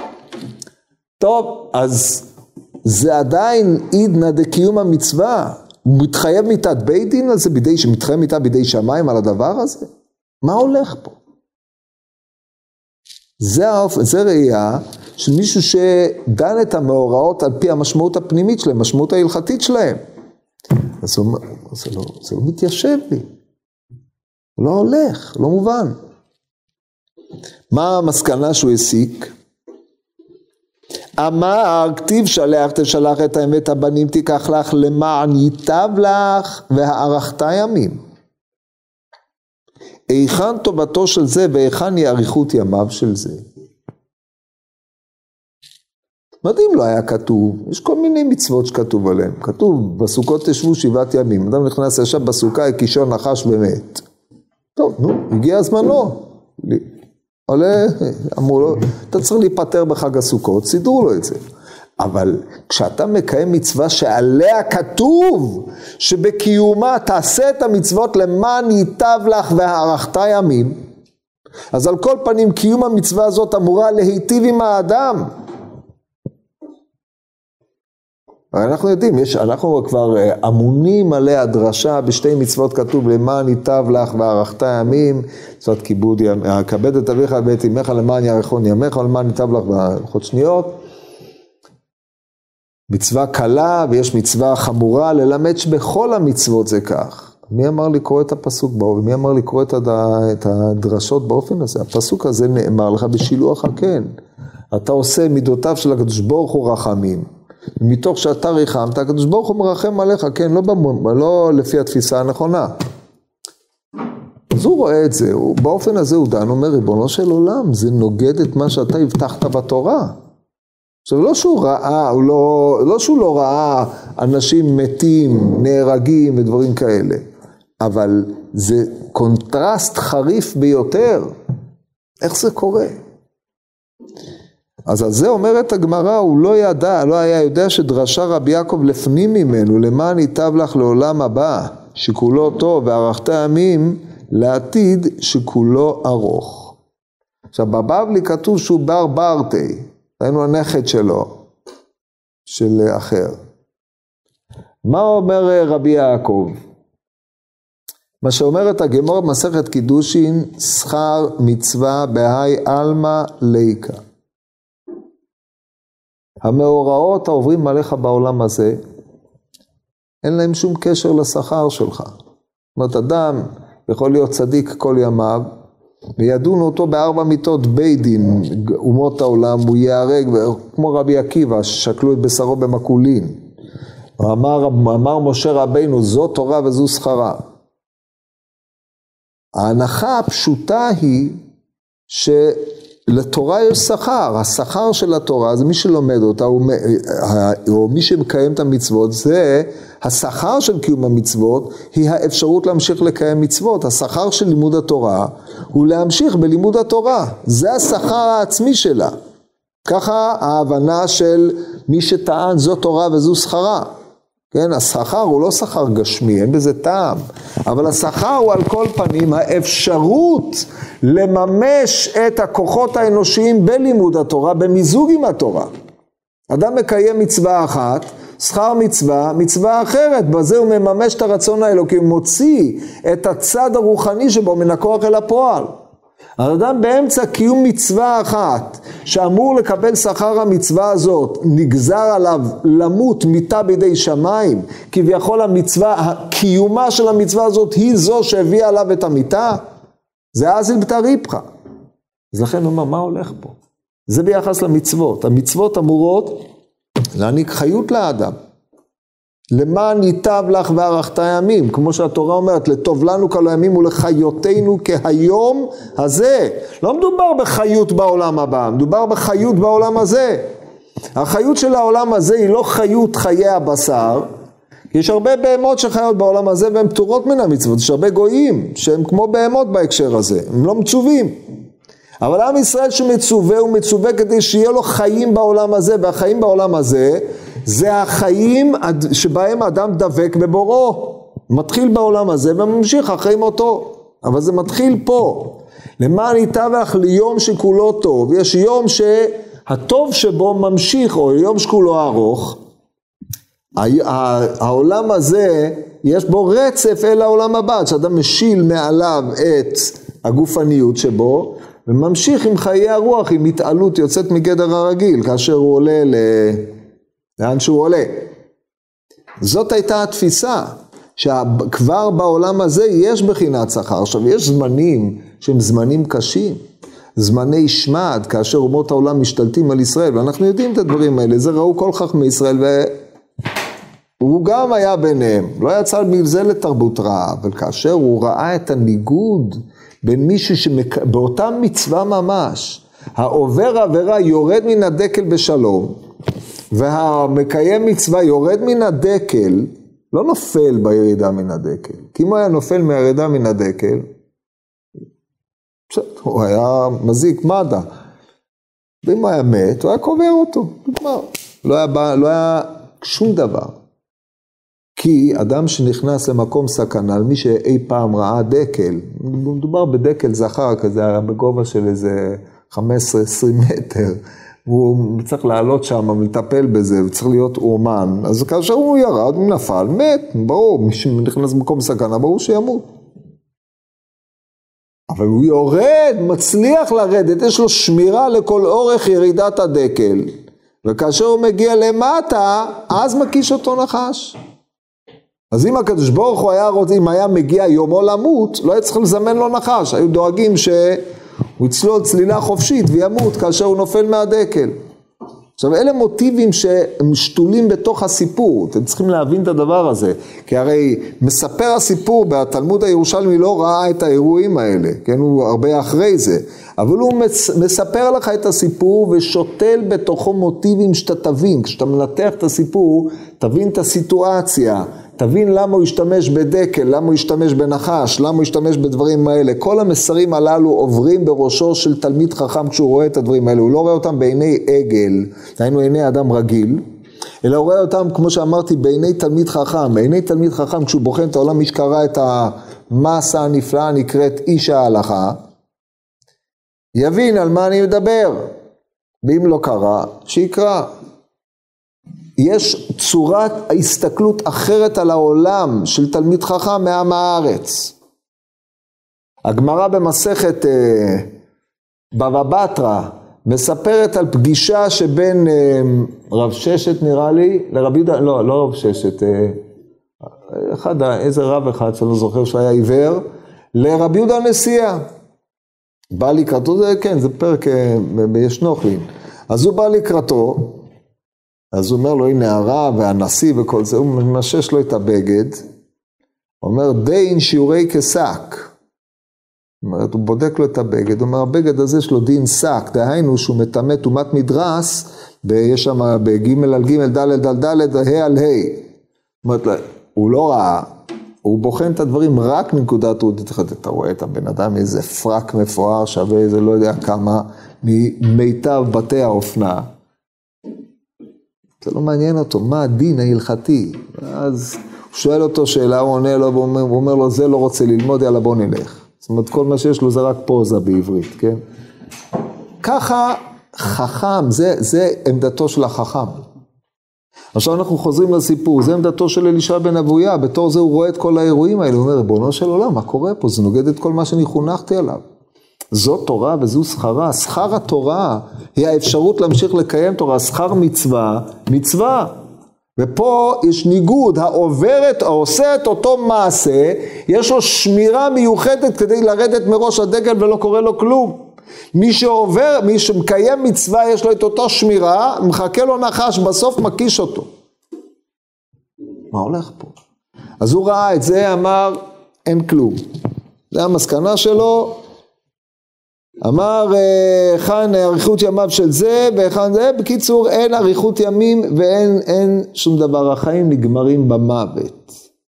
טוב, אז זה עדיין עידנא דקיום המצווה. הוא מתחייב מיתת בית דין על זה, שמתחייב מיתה בידי שמיים על הדבר הזה? מה הולך פה? זה ראייה של מישהו שדן את המאורעות על פי המשמעות הפנימית שלהם, המשמעות ההלכתית שלהם. אז זה לא מתיישב לי. לא הולך, לא מובן. מה המסקנה שהוא הסיק? אמר, כתיב שלח תשלח את האמת הבנים תיקח לך למען ייטב לך והארכת ימים. היכן טובתו של זה והיכן היא אריכות ימיו של זה? מדהים לא היה כתוב, יש כל מיני מצוות שכתוב עליהם. כתוב בסוכות תשבו 7 ימים, אדם נכנס ישב בסוכה, הקישון נחש ומת. טוב, הגיע הזמנו. עולה, אמרו לו, אתה צריך להיפטר בחג הסוכות, סידרו לו את זה. אבל כשאתה מקיים מצווה שעליה כתוב, שבקיומה תעשה את המצוות למען ייטב לך והארכת ימים, אז על כל פנים קיום המצווה הזאת אמורה להיטיב עם האדם. אנחנו יודעים, אנחנו כבר אמונים עליה דרשה בשתי מצוות כתוב למען ייטב לך והארכת ימים, מצוות כיבוד כבד את אביך ואת אמך למען יאריכון ימיך ולמען ייטב לך בהלכות שניות. מצווה קלה ויש מצווה חמורה, ללמד שבכל המצוות זה כך. מי אמר לקרוא את הפסוק באופן? מי אמר לקרוא את הדרשות באופן הזה? הפסוק הזה נאמר לך בשילוח הקן. אתה עושה מידותיו של הקדוש ברוך הוא רחמים. מתוך שאתה ריחמת, הקדוש ברוך הוא מרחם עליך, כן, לא לפי התפיסה הנכונה. אז הוא רואה את זה, באופן הזה הוא דן, אומר, ריבונו של עולם, זה נוגד את מה שאתה הבטחת בתורה. עכשיו, לא שהוא לא ראה אנשים מתים, נהרגים ודברים כאלה, אבל זה קונטרסט חריף ביותר. איך זה קורה? אז על זה אומרת הגמרא, הוא לא היה יודע שדרשה רבי יעקב לפנים ממנו, למען ייטב לך לעולם הבא, שכולו טוב, והארכת ימים לעתיד שכולו ארוך. עכשיו, בבבלי כתוב שהוא בר ברתי, ראינו הנכד שלו, של אחר. מה אומר רבי יעקב? מה שאומרת הגמרא במסכת קידושין, שכר מצווה בהאי עלמא ליקה. המאורעות העוברים עליך בעולם הזה, אין להם שום קשר לשכר שלך. זאת אומרת, אדם יכול להיות צדיק כל ימיו, וידונו אותו ב4 מיתות בית דין, אומות העולם, הוא ייהרג, כמו רבי עקיבא, ששקלו את בשרו במקולין. אמר משה רבינו, זו תורה וזו שכרה. ההנחה הפשוטה היא, שלתורה יש שכר, השכר של התורה זה מי שלומד אותה, או מי שמקיים את המצוות, זה השכר של קיום המצוות, היא האפשרות להמשיך לקיים מצוות. השכר של לימוד התורה הוא להמשיך בלימוד התורה, זה השכר העצמי שלה. ככה ההבנה של מי שטען זו תורה וזו שכרה. כן, השכר הוא לא שכר גשמי, אין בזה טעם, אבל השכר הוא על כל פנים האפשרות לממש את הכוחות האנושיים בלימוד התורה, במיזוג עם התורה. אדם מקיים מצווה אחת, שכר מצווה, מצווה אחרת, בזה הוא מממש את הרצון האלוקי, הוא מוציא את הצד הרוחני שבו מן הכוח אל הפועל. האדם באמצע קיום מצווה אחת, שאמור לקבל שכר המצווה הזאת, נגזר עליו למות מיתה בידי שמיים, כביכול המצווה, קיומה של המצווה הזאת היא זו שהביאה עליו את המיתה, זה אזיל בתא ריפחא. אז לכן הוא אומר, מה הולך פה? זה ביחס למצוות. המצוות אמורות להעניק חיות לאדם. למען ייטב לך והארכת ימים, כמו שהתורה אומרת, לטוב לנו כל הימים ולחיותנו כהיום הזה. לא מדובר בחיות בעולם הבא, מדובר בחיות בעולם הזה. החיות של העולם הזה היא לא חיות חיי הבשר, יש הרבה בהמות שחיות בעולם הזה והן פטורות מן המצוות, יש הרבה גויים שהם כמו בהמות בהקשר הזה, הם לא מצווים. אבל עם ישראל שמצווה הוא מצווה כדי שיהיה לו חיים בעולם הזה, והחיים בעולם הזה זה החיים שבהם האדם דבק בבוראו. מתחיל בעולם הזה וממשיך אחרי מותו. אבל זה מתחיל פה. למען יטבח ליום שכולו טוב. יש יום שהטוב שבו ממשיך, או יום שכולו ארוך. העולם הזה, יש בו רצף אל העולם הבא, שאדם משיל מעליו את הגופניות שבו, וממשיך עם חיי הרוח, עם התעלות יוצאת מגדר הרגיל, כאשר הוא עולה לאן שהוא עולה. זאת הייתה התפיסה, שכבר בעולם הזה יש בחינת שכר. עכשיו, יש זמנים שהם זמנים קשים, זמני שמד, כאשר אומות העולם משתלטים על ישראל, ואנחנו יודעים את הדברים האלה, זה ראו כל חכמי ישראל, והוא גם היה ביניהם, לא יצא מזה לתרבות רעה, אבל כאשר הוא ראה את הניגוד, בין מישהו שבאותה מצווה ממש, העובר עבירה יורד מן הדקל בשלום, והמקיים מצווה יורד מן הדקל, לא נופל בירידה מן הדקל. כי אם הוא היה נופל מהירידה מן הדקל, הוא היה מזיק מדע. ואם הוא היה מת, הוא היה קובר אותו. לא היה שום דבר. כי אדם שנכנס למקום סכנה, מי שאי פעם ראה דקל, מדובר בדקל זכר כזה, היה בגובה של איזה 15-20 מטר, הוא צריך לעלות שם ולטפל בזה, וצריך להיות אומן, אז כאשר הוא ירד, הוא נפל, מת, ברור, מי שנכנס למקום סכנה, ברור שימות. אבל הוא יורד, מצליח לרדת, יש לו שמירה לכל אורך ירידת הדקל, וכאשר הוא מגיע למטה, אז מקיש אותו נחש. אז אם הקדוש ברוך הוא היה רוצה, אם היה מגיע יומו למות, לא היה צריך לזמן לו נחש, היו דואגים שהוא יצלול צלילה חופשית וימות כאשר הוא נופל מהדקל. עכשיו אלה מוטיבים שהם שתולים בתוך הסיפור, אתם צריכים להבין את הדבר הזה, כי הרי מספר הסיפור בתלמוד הירושלמי לא ראה את האירועים האלה, כן, הוא הרבה אחרי זה, אבל הוא מספר לך את הסיפור ושותל בתוכו מוטיבים שאתה תבין, כשאתה מנתח את הסיפור, תבין את הסיטואציה, תבין למה הוא השתמש בדקל, למה הוא השתמש בנחש, למה הוא השתמש בדברים האלה. כל המסרים הללו עוברים בראשו של תלמיד חכם כשהוא רואה את הדברים האלה. הוא לא רואה אותם בעיני עגל, היינו עיני אדם רגיל, אלא הוא רואה אותם, כמו שאמרתי, בעיני תלמיד חכם. בעיני תלמיד חכם, כשהוא בוחן את העולם, מי שקרא את המסה הנפלאה נקראת איש ההלכה, יבין על מה אני מדבר. ואם לא קרא, שיקרא. יש צורת ההסתכלות אחרת על העולם של תלמיד חכם מעם הארץ. הגמרא במסכת בבא בתרא מספרת על פגישה שבין רב ששת נראה לי, לרב יהודה, לא רב ששת, איזה רב אחד שאני לא זוכר שהיה עיוור, לרב יהודה הנשיאה. בא לקראתו, זה כן, זה פרק בישנוכלין. אז הוא בא לקראתו, אז הוא אומר לו, הנה הרב והנשיא וכל זה, הוא ממשש לו את הבגד, הוא אומר, דין שיעורי כשק. זאת אומרת, הוא בודק לו את הבגד, הוא אומר, הבגד הזה יש לו דין שק, דהיינו שהוא מטמא טומאת מדרס, יש שם בג' על ג' ד' על ד' ה' על ה'. זאת אומרת, הוא לא ראה, הוא בוחן את הדברים רק מנקודת ראות, אתה רואה את הבן אדם, איזה פרק מפואר שווה, איזה לא יודע כמה, ממיטב בתי האופנה. זה לא מעניין אותו, מה הדין ההלכתי? אז הוא שואל אותו שאלה, הוא עונה לו, הוא אומר לו, זה לא רוצה ללמוד, יאללה בוא נלך. זאת אומרת, כל מה שיש לו זה רק פוזה בעברית, כן? ככה חכם, זה עמדתו של החכם. עכשיו אנחנו חוזרים לסיפור, זה עמדתו של אלישע בן אבויה, בתור זה הוא רואה את כל האירועים האלה, הוא אומר, בונו של עולם, מה קורה פה? זה נוגד את כל מה שאני חונכתי עליו. זו תורה וזו שכרה, שכר התורה היא האפשרות להמשיך לקיים תורה, שכר מצווה, מצווה. ופה יש ניגוד, העושה את אותו מעשה, יש לו שמירה מיוחדת כדי לרדת מראש הדגל ולא קורה לו כלום. מי שמקיים מצווה יש לו את אותו שמירה, מחכה לו נחש, בסוף מקיש אותו. מה הולך פה? אז הוא ראה את זה, אמר, אין כלום. זה המסקנה שלו, אמר, כאן אריכות ימיו של זה, וכאן זה, בקיצור, אין אריכות ימים ואין שום דבר, החיים נגמרים במוות.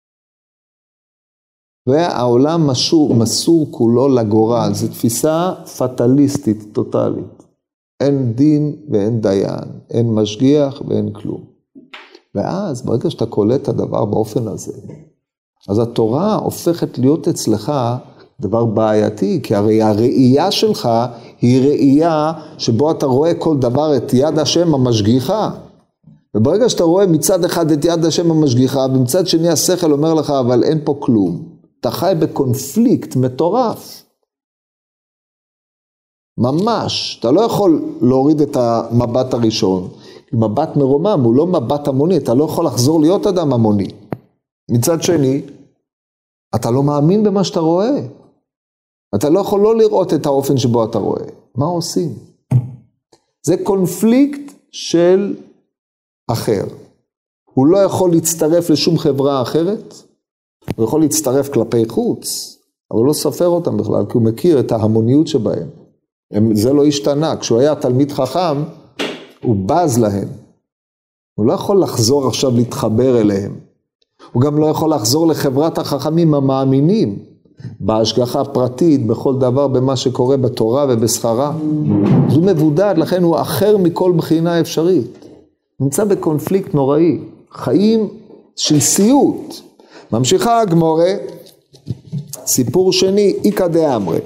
והעולם מסור כולו לגורל, זו תפיסה פטליסטית, טוטלית. אין דין ואין דיין, אין משגיח ואין כלום. ואז ברגע שאתה קולט את הדבר באופן הזה, אז התורה הופכת להיות אצלך דבר בעייתי, כי הרי הראייה שלך היא ראייה שבו אתה רואה כל דבר את יד השם המשגיחה. וברגע שאתה רואה מצד אחד את יד השם המשגיחה, ומצד שני השכל אומר לך, אבל אין פה כלום. אתה חי בקונפליקט מטורף. ממש. אתה לא יכול להוריד את המבט הראשון. מבט מרומם, הוא לא מבט המוני, אתה לא יכול לחזור להיות אדם המוני. מצד שני, אתה לא מאמין במה שאתה רואה. אתה לא יכול לא לראות את האופן שבו אתה רואה. מה עושים? זה קונפליקט של אחר. הוא לא יכול להצטרף לשום חברה אחרת. הוא יכול להצטרף כלפי חוץ, אבל הוא לא סופר אותם בכלל, כי הוא מכיר את ההמוניות שבהם. זה לא השתנה. כשהוא היה תלמיד חכם, הוא בז להם. הוא לא יכול לחזור עכשיו להתחבר אליהם. הוא גם לא יכול לחזור לחברת החכמים המאמינים, בהשגחה הפרטית, בכל דבר, במה שקורה בתורה ובשכרה. אז הוא מבודד, לכן הוא אחר מכל בחינה אפשרית. נמצא בקונפליקט נוראי, חיים של סיוט. ממשיכה הגמורה, סיפור שני, איקא דאמרי.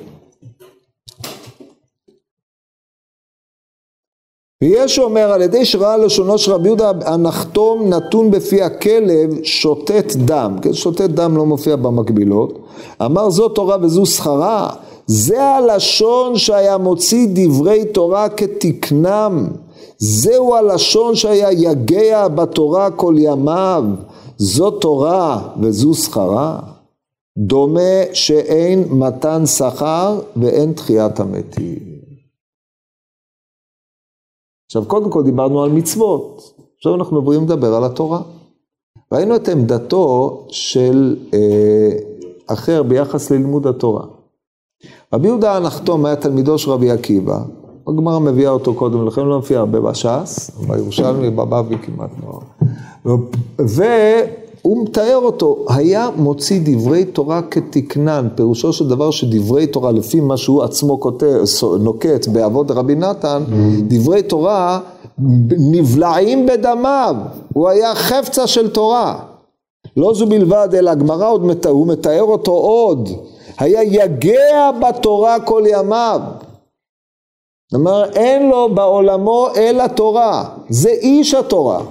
ויש אומר, על ידי שראה לשונו של רבי יהודה הנחתום נתון בפי הכלב שותת דם. כן, שותת דם לא מופיע במקבילות. אמר זו תורה וזו שכרה. זה הלשון שהיה מוציא דברי תורה כתקנם. זהו הלשון שהיה יגע בתורה כל ימיו. זו תורה וזו שכרה. דומה שאין מתן שכר ואין תחיית המתים. עכשיו, קודם כל דיברנו על מצוות, עכשיו אנחנו עוברים לדבר על התורה. ראינו את עמדתו של אחר ביחס ללימוד התורה. רבי יהודה הנחתום היה תלמידו של רבי עקיבא, הגמרא מביאה אותו קודם, לכן לא מופיע הרבה בש"ס, בירושלמי, בבבלי כמעט לא. והוא מתאר אותו, היה מוציא דברי תורה כתקנן, פירושו של דבר שדברי תורה, לפי מה שהוא עצמו נוקט באבות רבי נתן, דברי תורה נבלעים בדמיו, הוא היה חפצה של תורה. לא זו בלבד, אלא הגמרא הוא מתאר אותו עוד, היה יגע בתורה כל ימיו. זאת אומרת, אין לו בעולמו אלא תורה, זה איש התורה.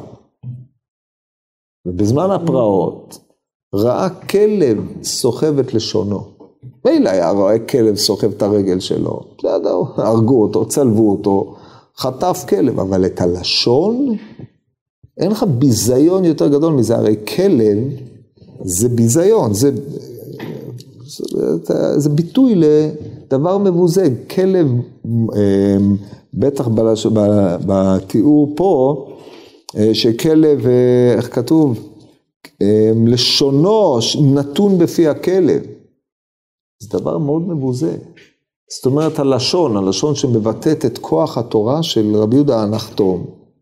ובזמן הפרעות ראה כלב סוחב את לשונו. מילא היה רואה כלב סוחב את הרגל שלו. הרגו אותו, צלבו אותו, חטף כלב. אבל את הלשון, אין לך ביזיון יותר גדול מזה. הרי כלב זה ביזיון, זה ביטוי לדבר מבוזג. כלב, בטח בתיאור פה, שכלב, איך כתוב? לשונו נתון בפי הכלב. זה דבר מאוד מבוזג. זאת אומרת, הלשון שמבטאת את כוח התורה של רבי יהודה הנחתום,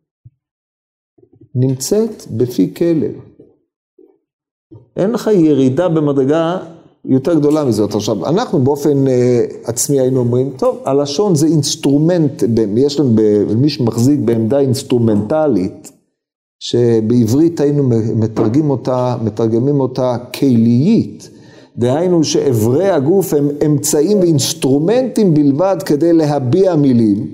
נמצאת בפי כלב. אין לך ירידה במדרגה יותר גדולה מזאת. עכשיו, אנחנו באופן עצמי היינו אומרים, טוב, הלשון זה אינסטרומנט, יש לנו מי שמחזיק בעמדה אינסטרומנטלית, שבעברית היינו מתרגמים אותה כלייית, דהיינו שאיברי הגוף הם אמצעים ואינסטרומנטים בלבד כדי להביע מילים.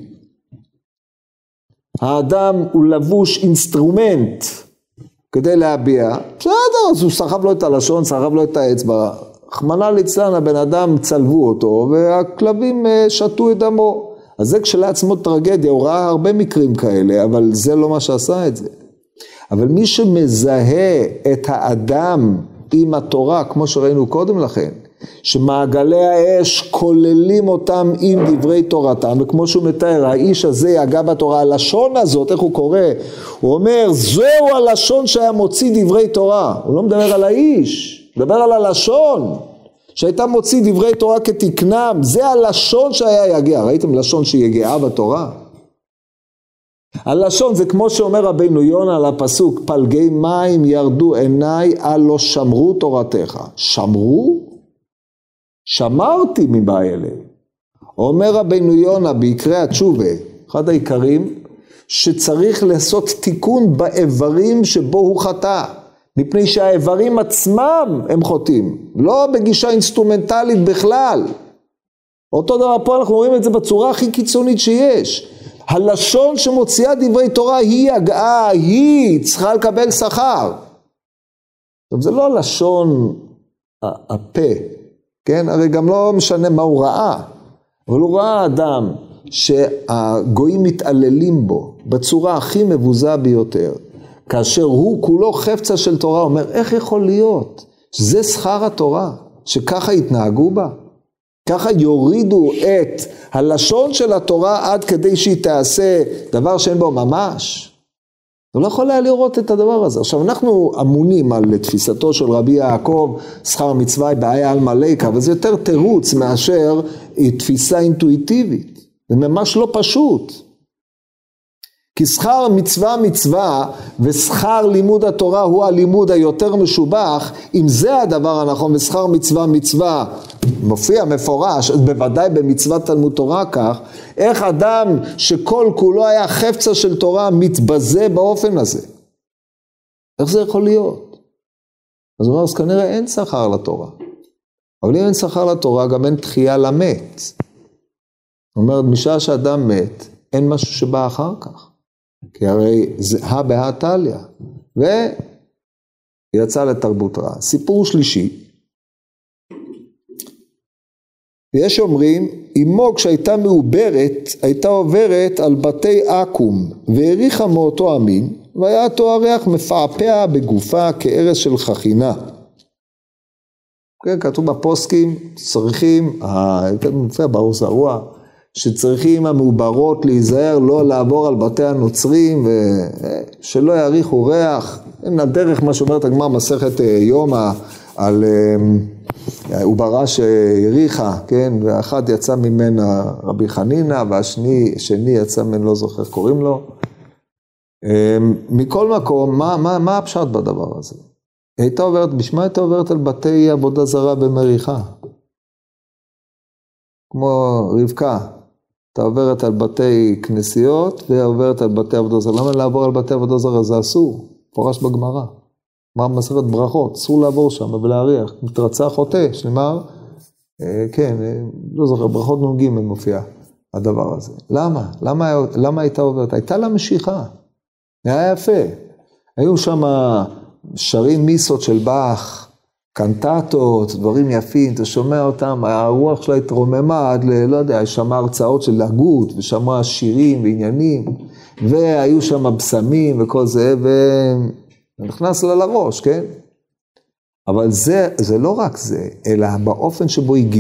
האדם הוא לבוש אינסטרומנט כדי להביע, בסדר, אז הוא סחב לו את הלשון, סחב לו את האצבע, רחמנא ליצלן, הבן אדם צלבו אותו והכלבים שתו את דמו. אז זה כשלעצמו טרגדיה, הוא ראה הרבה מקרים כאלה, אבל זה לא מה שעשה את זה. אבל מי שמזהה את האדם עם התורה, כמו שראינו קודם לכן, שמעגלי האש כוללים אותם עם דברי תורתם, וכמו שהוא מתאר, האיש הזה יגע בתורה, הלשון הזאת, איך הוא קורא? הוא אומר, זהו הלשון שהיה מוציא דברי תורה. הוא לא מדבר על האיש, הוא מדבר על הלשון, שהייתה מוציא דברי תורה כתקנם, זה הלשון שהיה יגע. ראיתם לשון שיגעה בתורה? הלשון זה כמו שאומר רבינו יונה על הפסוק, פלגי מים ירדו עיניי, לא שמרו תורתך. שמרו? שמרתי מבא אליהם. אומר רבינו יונה בעיקרי התשובה, אחד העיקרים, שצריך לעשות תיקון באיברים שבו הוא חטא. מפני שהאיברים עצמם הם חוטאים, לא בגישה אינסטרומנטלית בכלל. אותו דבר פה אנחנו רואים את זה בצורה הכי קיצונית שיש. הלשון שמוציאה דברי תורה היא הגעה, היא צריכה לקבל שכר. טוב, זה לא לשון הפה, כן? הרי גם לא משנה מה הוא ראה, אבל הוא ראה אדם שהגויים מתעללים בו בצורה הכי מבוזה ביותר, כאשר הוא כולו חפצה של תורה, אומר, איך יכול להיות שזה שכר התורה, שככה יתנהגו בה? ככה יורידו את הלשון של התורה עד כדי שהיא תעשה דבר שאין בו ממש. הוא לא יכול היה לראות את הדבר הזה. עכשיו אנחנו אמונים על תפיסתו של רבי יעקב, שכר מצווה היא בעיה על מלאקה, אבל זה יותר תירוץ מאשר תפיסה אינטואיטיבית. זה ממש לא פשוט. כי שכר מצווה ושכר לימוד התורה הוא הלימוד היותר משובח, אם זה הדבר הנכון, ושכר מצווה מופיע מפורש, בוודאי במצוות תלמוד תורה כך, איך אדם שכל כולו היה חפצה של תורה מתבזה באופן הזה? איך זה יכול להיות? אז הוא אומר, אז כנראה אין שכר לתורה. אבל אם אין שכר לתורה, גם אין תחייה למת. הוא אומר, משעה שאדם מת, אין משהו שבא אחר כך. כי הרי זה בהא תליא, ויצא לתרבות רעה. סיפור שלישי, יש אומרים, אמו כשהייתה מעוברת, הייתה עוברת על בתי עקום, והריחה מאותו המין, והיה אותו הריח מפעפע בגופה כארס של חכינה. כן, כתוב בפוסקים, צריכים, מופיע באור זרוע, שצריכים המעוברות להיזהר, לא לעבור על בתי הנוצרים, ושלא יריחו ריח. אין הדרך מה שאומרת הגמרא מסכת יומא, על עוברה שהריחה, כן, ואחד יצא ממנה רבי חנינא, והשני יצא ממנו, לא זוכר, קוראים לו. מכל מקום, מה הפשט בדבר הזה? הייתה עוברת, בשמה הייתה עוברת על בתי עבודה זרה במריחה. כמו רבקה, אתה עוברת על בתי כנסיות, ועוברת על בתי עבודה זרה. למה לעבור על בתי עבודה זרה? זה אסור, פורש בגמרא. מה מסכת ברכות? אסור לעבור שם ולהריח. מתרצה חוטא, שנאמר, כן, לא זוכר, ברכות נ"ג מופיע הדבר הזה. למה? למה הייתה עוברת? הייתה לה משיכה. היה יפה. היו שם שרים מיסות של באך, קנטטות, דברים יפים, אתה שומע אותם, הרוח שלה התרוממה עד לא יודע, שמע הרצאות של להגות, ושמע שירים ועניינים, והיו שם בשמים וכל זה, ונכנס לה לראש, כן? אבל זה לא רק זה, אלא באופן שבו היא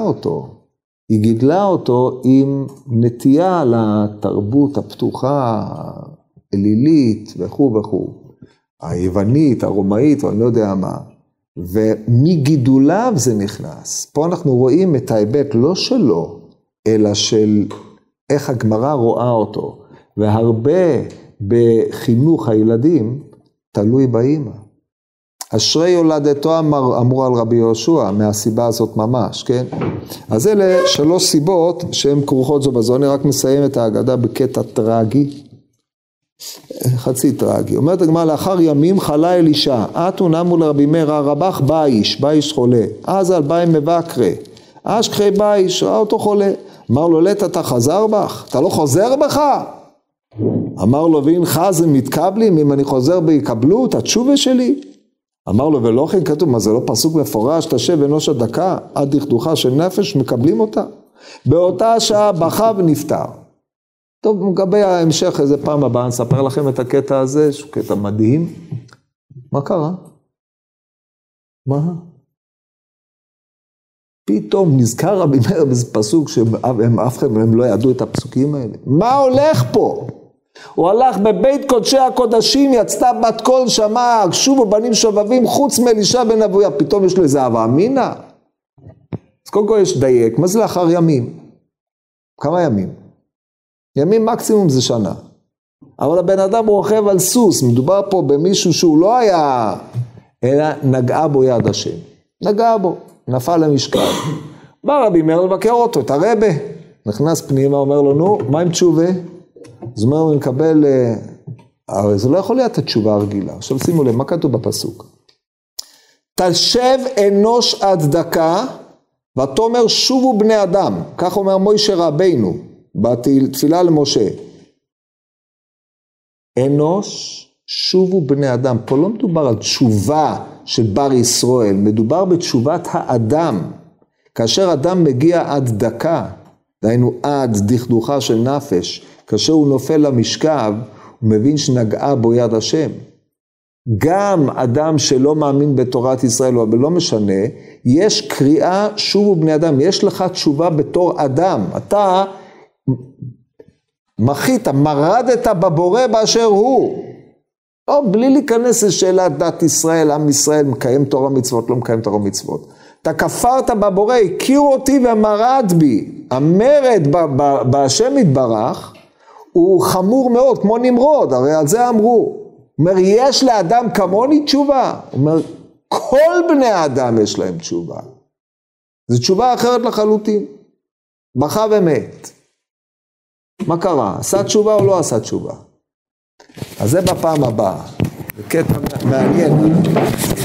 גידלה אותו עם נטייה לתרבות הפתוחה, אלילית וכו' וכו', היוונית, הרומאית, או אני לא יודע מה, ומגידוליו זה נכנס. פה אנחנו רואים את ההיבט לא שלו, אלא של איך הגמרא רואה אותו, והרבה בחינוך הילדים תלוי באמא. אשרי יולדתו אמרו על רבי יהושע, מהסיבה הזאת ממש, כן? אז אלה 3 סיבות שהן כרוכות זו בזו. אני רק מסיים את ההגדה בקטע טרגי, חצי טרגי. אומרת הגמרא, לאחר ימים חלה אלישע, אתו נמו לרבי מאיר, רבך באיש חולה, אז על באי מבקרי, אשכחי באיש, ראה אותו חולה, אמר לו, לית אתה חזר בך? אתה לא חוזר בך? אמר לו, ואין חזם מתקבלים, אם אני חוזר ויקבלו את התשובה שלי? אמר לו, ולא כן כתוב, מה זה לא פסוק מפורש, תשב אנוש הדקה, עד דכדוכה של נפש, מקבלים אותה. באותה שעה בכה ונפטר. טוב, מגבי ההמשך איזה פעם הבאה, נספר לכם את הקטע הזה, שהוא קטע מדהים. מה קרה? מה? פתאום נזכר רבי מאיר באיזה פסוק, אף אחד הם לא ידעו את הפסוקים האלה. מה הולך פה? הוא הלך בבית קודשי הקודשים, יצתה בת קול שמע, שובו בנים שובבים, חוץ מאלישע בן אבויה, פתאום יש לו איזה הווה אמינא. אז קודם כל יש דייק, מה זה לאחר ימים? כמה ימים? ימים מקסימום זה שנה. אבל הבן אדם רוכב על סוס, מדובר פה במישהו שהוא לא היה, אלא נגעה בו יד השם. נגעה בו, נפל למשקל. בא רבי מאיר לבקר אותו, את הרבה. נכנס פנימה, אומר לו, נו, מה עם תשובה? אז אומר, הוא מקבל הרי זה לא יכול להיות התשובה הרגילה. עכשיו שימו לב, מה כתוב בפסוק? תשב אנוש עד דקה, ותאמר שובו בני אדם. כך אומר מוישה רבינו, בתפילה למשה. אנוש, שובו בני אדם. פה לא מדובר על תשובה של בר ישראל, מדובר בתשובת האדם. כאשר אדם מגיע עד דקה, דהיינו עד דכדוכה של נפש, כאשר הוא נופל למשכב, הוא מבין שנגעה בו יד השם. גם אדם שלא מאמין בתורת ישראל, אבל לא משנה, יש קריאה שובו בני אדם, יש לך תשובה בתור אדם. אתה מחית, מרדת בבורא באשר הוא. לא, בלי להיכנס לשאלת דת ישראל, עם ישראל מקיים תורה מצוות, לא מקיים תורה מצוות. אתה כפרת בבורא, הכיר אותי ומרד בי. המרד בהשם יתברך הוא חמור מאוד, כמו נמרוד, הרי על זה אמרו. הוא אומר, יש לאדם כמוני תשובה. הוא אומר, כל בני האדם יש להם תשובה. זו תשובה אחרת לחלוטין. בכה ומת. מה קרה? עשה תשובה או לא עשה תשובה? אז זה בפעם הבאה. זה קטע מעניין.